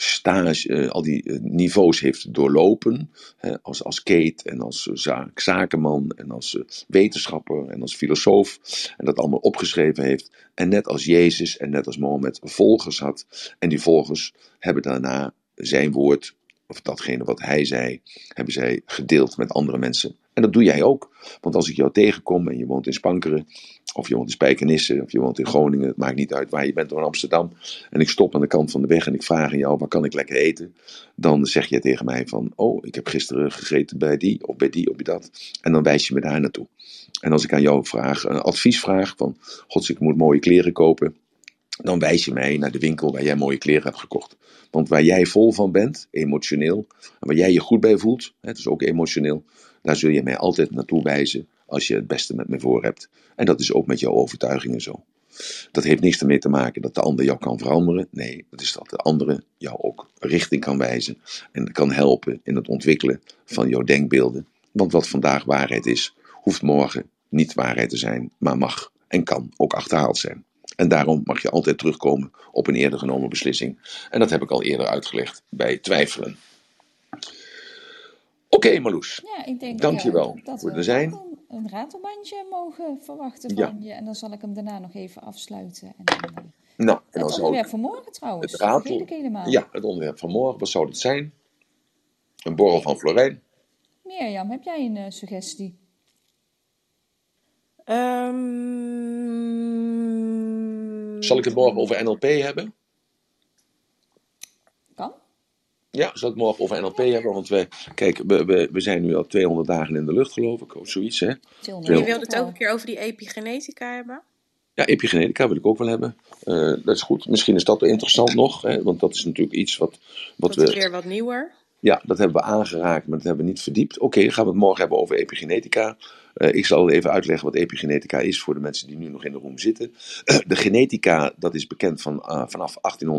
niveaus heeft doorlopen. Als keet en als zakenman en als wetenschapper en als filosoof. En dat allemaal opgeschreven heeft. En net als Jezus en net als Mohammed volgers had. En die volgers hebben daarna zijn woord, of datgene wat hij zei, hebben zij gedeeld met andere mensen. En dat doe jij ook. Want als ik jou tegenkom en je woont in Spankeren, of je woont in Spijkenisse, of je woont in Groningen, het maakt niet uit waar je bent, of in Amsterdam, en ik stop aan de kant van de weg en ik vraag aan jou, waar kan ik lekker eten? Dan zeg je tegen mij van, oh, ik heb gisteren gegeten bij die, of bij die, of bij dat. En dan wijs je me daar naartoe. En als ik aan jou een advies vraag van, gods, ik moet mooie kleren kopen, dan wijs je mij naar de winkel waar jij mooie kleren hebt gekocht. Want waar jij vol van bent, emotioneel, en waar jij je goed bij voelt, het is ook emotioneel, daar zul je mij altijd naartoe wijzen als je het beste met me voor hebt. En dat is ook met jouw overtuigingen zo. Dat heeft niks ermee te maken dat de ander jou kan veranderen. Nee, dat is dat de andere jou ook richting kan wijzen en kan helpen in het ontwikkelen van jouw denkbeelden. Want wat vandaag waarheid is, hoeft morgen niet waarheid te zijn, maar mag en kan ook achterhaald zijn. En daarom mag je altijd terugkomen op een eerder genomen beslissing. En dat heb ik al eerder uitgelegd bij twijfelen. Oké, Marloes. Ja, ik denk dankjewel dat voor we er zijn. een ratelbandje mogen verwachten van je. En dan zal ik hem daarna nog even afsluiten. En dan, het onderwerp van morgen trouwens. Het onderwerp van morgen, wat zou dat zijn? Een borrel van Florijn. Mirjam, heb jij een suggestie? Zal ik het morgen over NLP hebben? Kan. Ja, zal ik morgen over NLP hebben? Want we zijn nu al 200 dagen in de lucht, geloof ik. Of zoiets, hè? Je wilde het ook een keer over die epigenetica hebben? Ja, epigenetica wil ik ook wel hebben. Dat is goed. Misschien is dat wel interessant nog. Hè? Want dat is natuurlijk iets wat dat is weer wat nieuwer. Ja, dat hebben we aangeraakt, maar dat hebben we niet verdiept. Oké, gaan we het morgen hebben over epigenetica. Ik zal even uitleggen wat epigenetica is voor de mensen die nu nog in de room zitten. De genetica, dat is bekend vanaf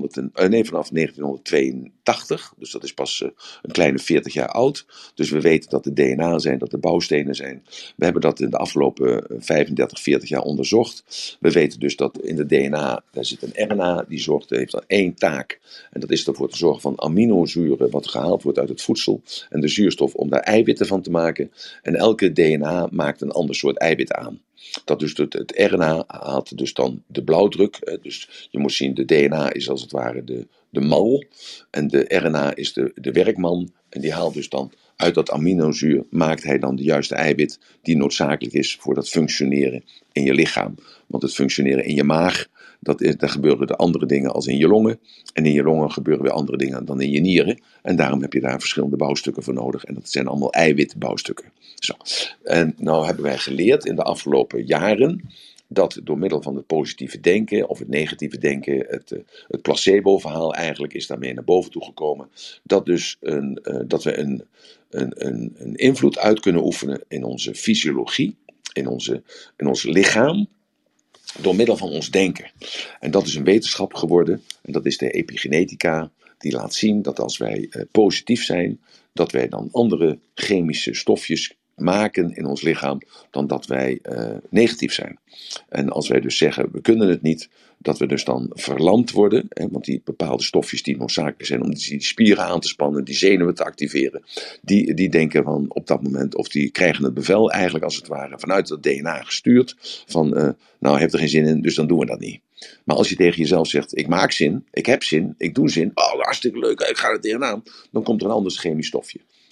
1982. Dus dat is pas een kleine 40 jaar oud. Dus we weten dat de DNA zijn, dat de bouwstenen zijn. We hebben dat in de afgelopen 35, 40 jaar onderzocht. We weten dus dat in de DNA, daar zit een RNA, die heeft dan één taak. En dat is ervoor te zorgen van aminozuren, wat gehaald wordt uit het voedsel. En de zuurstof om daar eiwitten van te maken. En elke DNA maakt een ander soort eiwit aan. Dat dus het RNA haalt dus dan de blauwdruk. Dus je moet zien, de DNA is als het ware de mal. En de RNA is de werkman. En die haalt dus dan uit dat aminozuur, maakt hij dan de juiste eiwit die noodzakelijk is voor dat functioneren in je lichaam. Want het functioneren in je maag, daar gebeuren de andere dingen als in je longen. En in je longen gebeuren weer andere dingen dan in je nieren. En daarom heb je daar verschillende bouwstukken voor nodig. En dat zijn allemaal eiwitbouwstukken. Zo. En nou hebben wij geleerd in de afgelopen jaren dat door middel van het positieve denken of het negatieve denken, het placebo-verhaal eigenlijk is daarmee naar boven toe gekomen, dat we een invloed uit kunnen oefenen in onze fysiologie, in ons lichaam, door middel van ons denken. En dat is een wetenschap geworden, en dat is de epigenetica, die laat zien dat als wij positief zijn, dat wij dan andere chemische stofjes maken in ons lichaam dan dat wij negatief zijn. En als wij dus zeggen, we kunnen het niet, dat we dus dan verlamd worden, want die bepaalde stofjes die noodzakelijk zijn om die spieren aan te spannen, die zenuwen te activeren, die denken van op dat moment, of die krijgen het bevel eigenlijk als het ware vanuit het DNA gestuurd, van nou heeft er geen zin in, dus dan doen we dat niet. Maar als je tegen jezelf zegt, ik maak zin, ik heb zin, ik doe zin, oh hartstikke leuk, ik ga er tegenaan, dan komt er een ander chemisch stofje.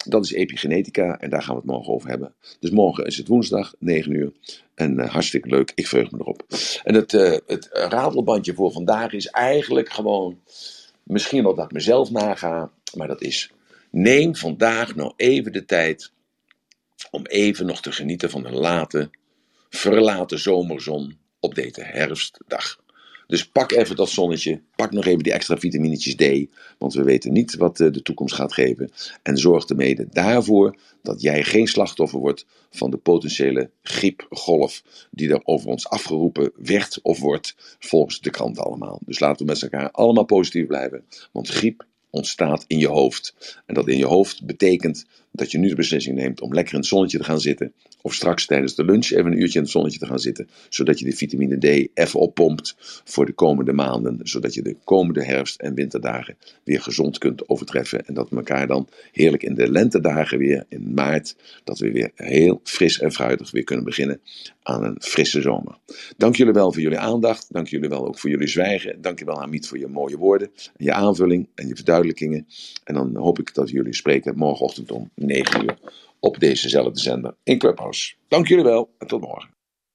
Dat is epigenetica en daar gaan we het morgen over hebben. Dus morgen is het woensdag, 9 uur. En hartstikke leuk, ik verheug me erop. En het ratelbandje voor vandaag is eigenlijk gewoon, misschien wel dat ik mezelf naga, maar dat is, neem vandaag nou even de tijd om even nog te genieten van een verlaten zomerzon op deze herfstdag. Dus pak even dat zonnetje, pak nog even die extra vitaminetjes D, want we weten niet wat de toekomst gaat geven. En zorg ermee daarvoor dat jij geen slachtoffer wordt van de potentiële griepgolf die er over ons afgeroepen werd of wordt volgens de krant allemaal. Dus laten we met elkaar allemaal positief blijven, want griep ontstaat in je hoofd. En dat in je hoofd betekent dat je nu de beslissing neemt om lekker in het zonnetje te gaan zitten. Of straks tijdens de lunch even een uurtje in het zonnetje te gaan zitten. Zodat je de vitamine D even oppompt voor de komende maanden. Zodat je de komende herfst- en winterdagen weer gezond kunt overtreffen. En dat we elkaar dan heerlijk in de lentedagen weer, in maart, dat we weer heel fris en fruitig weer kunnen beginnen aan een frisse zomer. Dank jullie wel voor jullie aandacht. Dank jullie wel ook voor jullie zwijgen. Dank je wel, Hamid, voor je mooie woorden. En je aanvulling en je verduidelijkingen. En dan hoop ik dat jullie spreken morgenochtend om 9 uur op dezezelfde zender in Clubhouse. Dank jullie wel en tot morgen.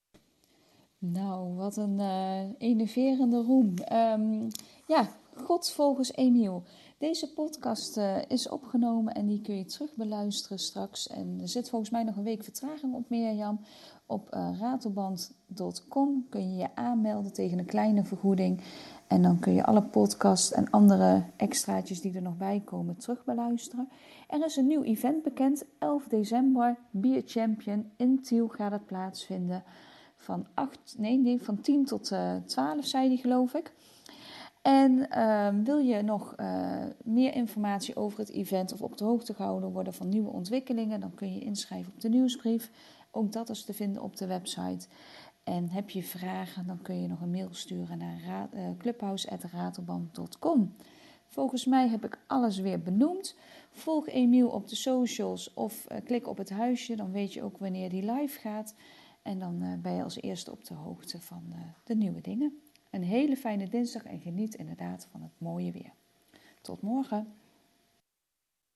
Nou, wat een enerverende roem. God volgens Emiel. Deze podcast is opgenomen en die kun je terug beluisteren straks. En er zit volgens mij nog een week vertraging op, Mirjam. Op ratelband.com kun je je aanmelden tegen een kleine vergoeding. En dan kun je alle podcasts en andere extraatjes die er nog bij komen terug beluisteren. Er is een nieuw event bekend. 11 december, Be a Champion in Tiel gaat het plaatsvinden. Van 10 tot 12, zei hij, geloof ik. En wil je nog meer informatie over het event of op de hoogte gehouden worden van nieuwe ontwikkelingen, dan kun je inschrijven op de nieuwsbrief. Ook dat is te vinden op de website. En heb je vragen, dan kun je nog een mail sturen naar clubhouse@ratelband.com. Volgens mij heb ik alles weer benoemd. Volg Emiel op de socials of klik op het huisje, dan weet je ook wanneer die live gaat. En dan ben je als eerste op de hoogte van de nieuwe dingen. Een hele fijne dinsdag en geniet inderdaad van het mooie weer. Tot morgen.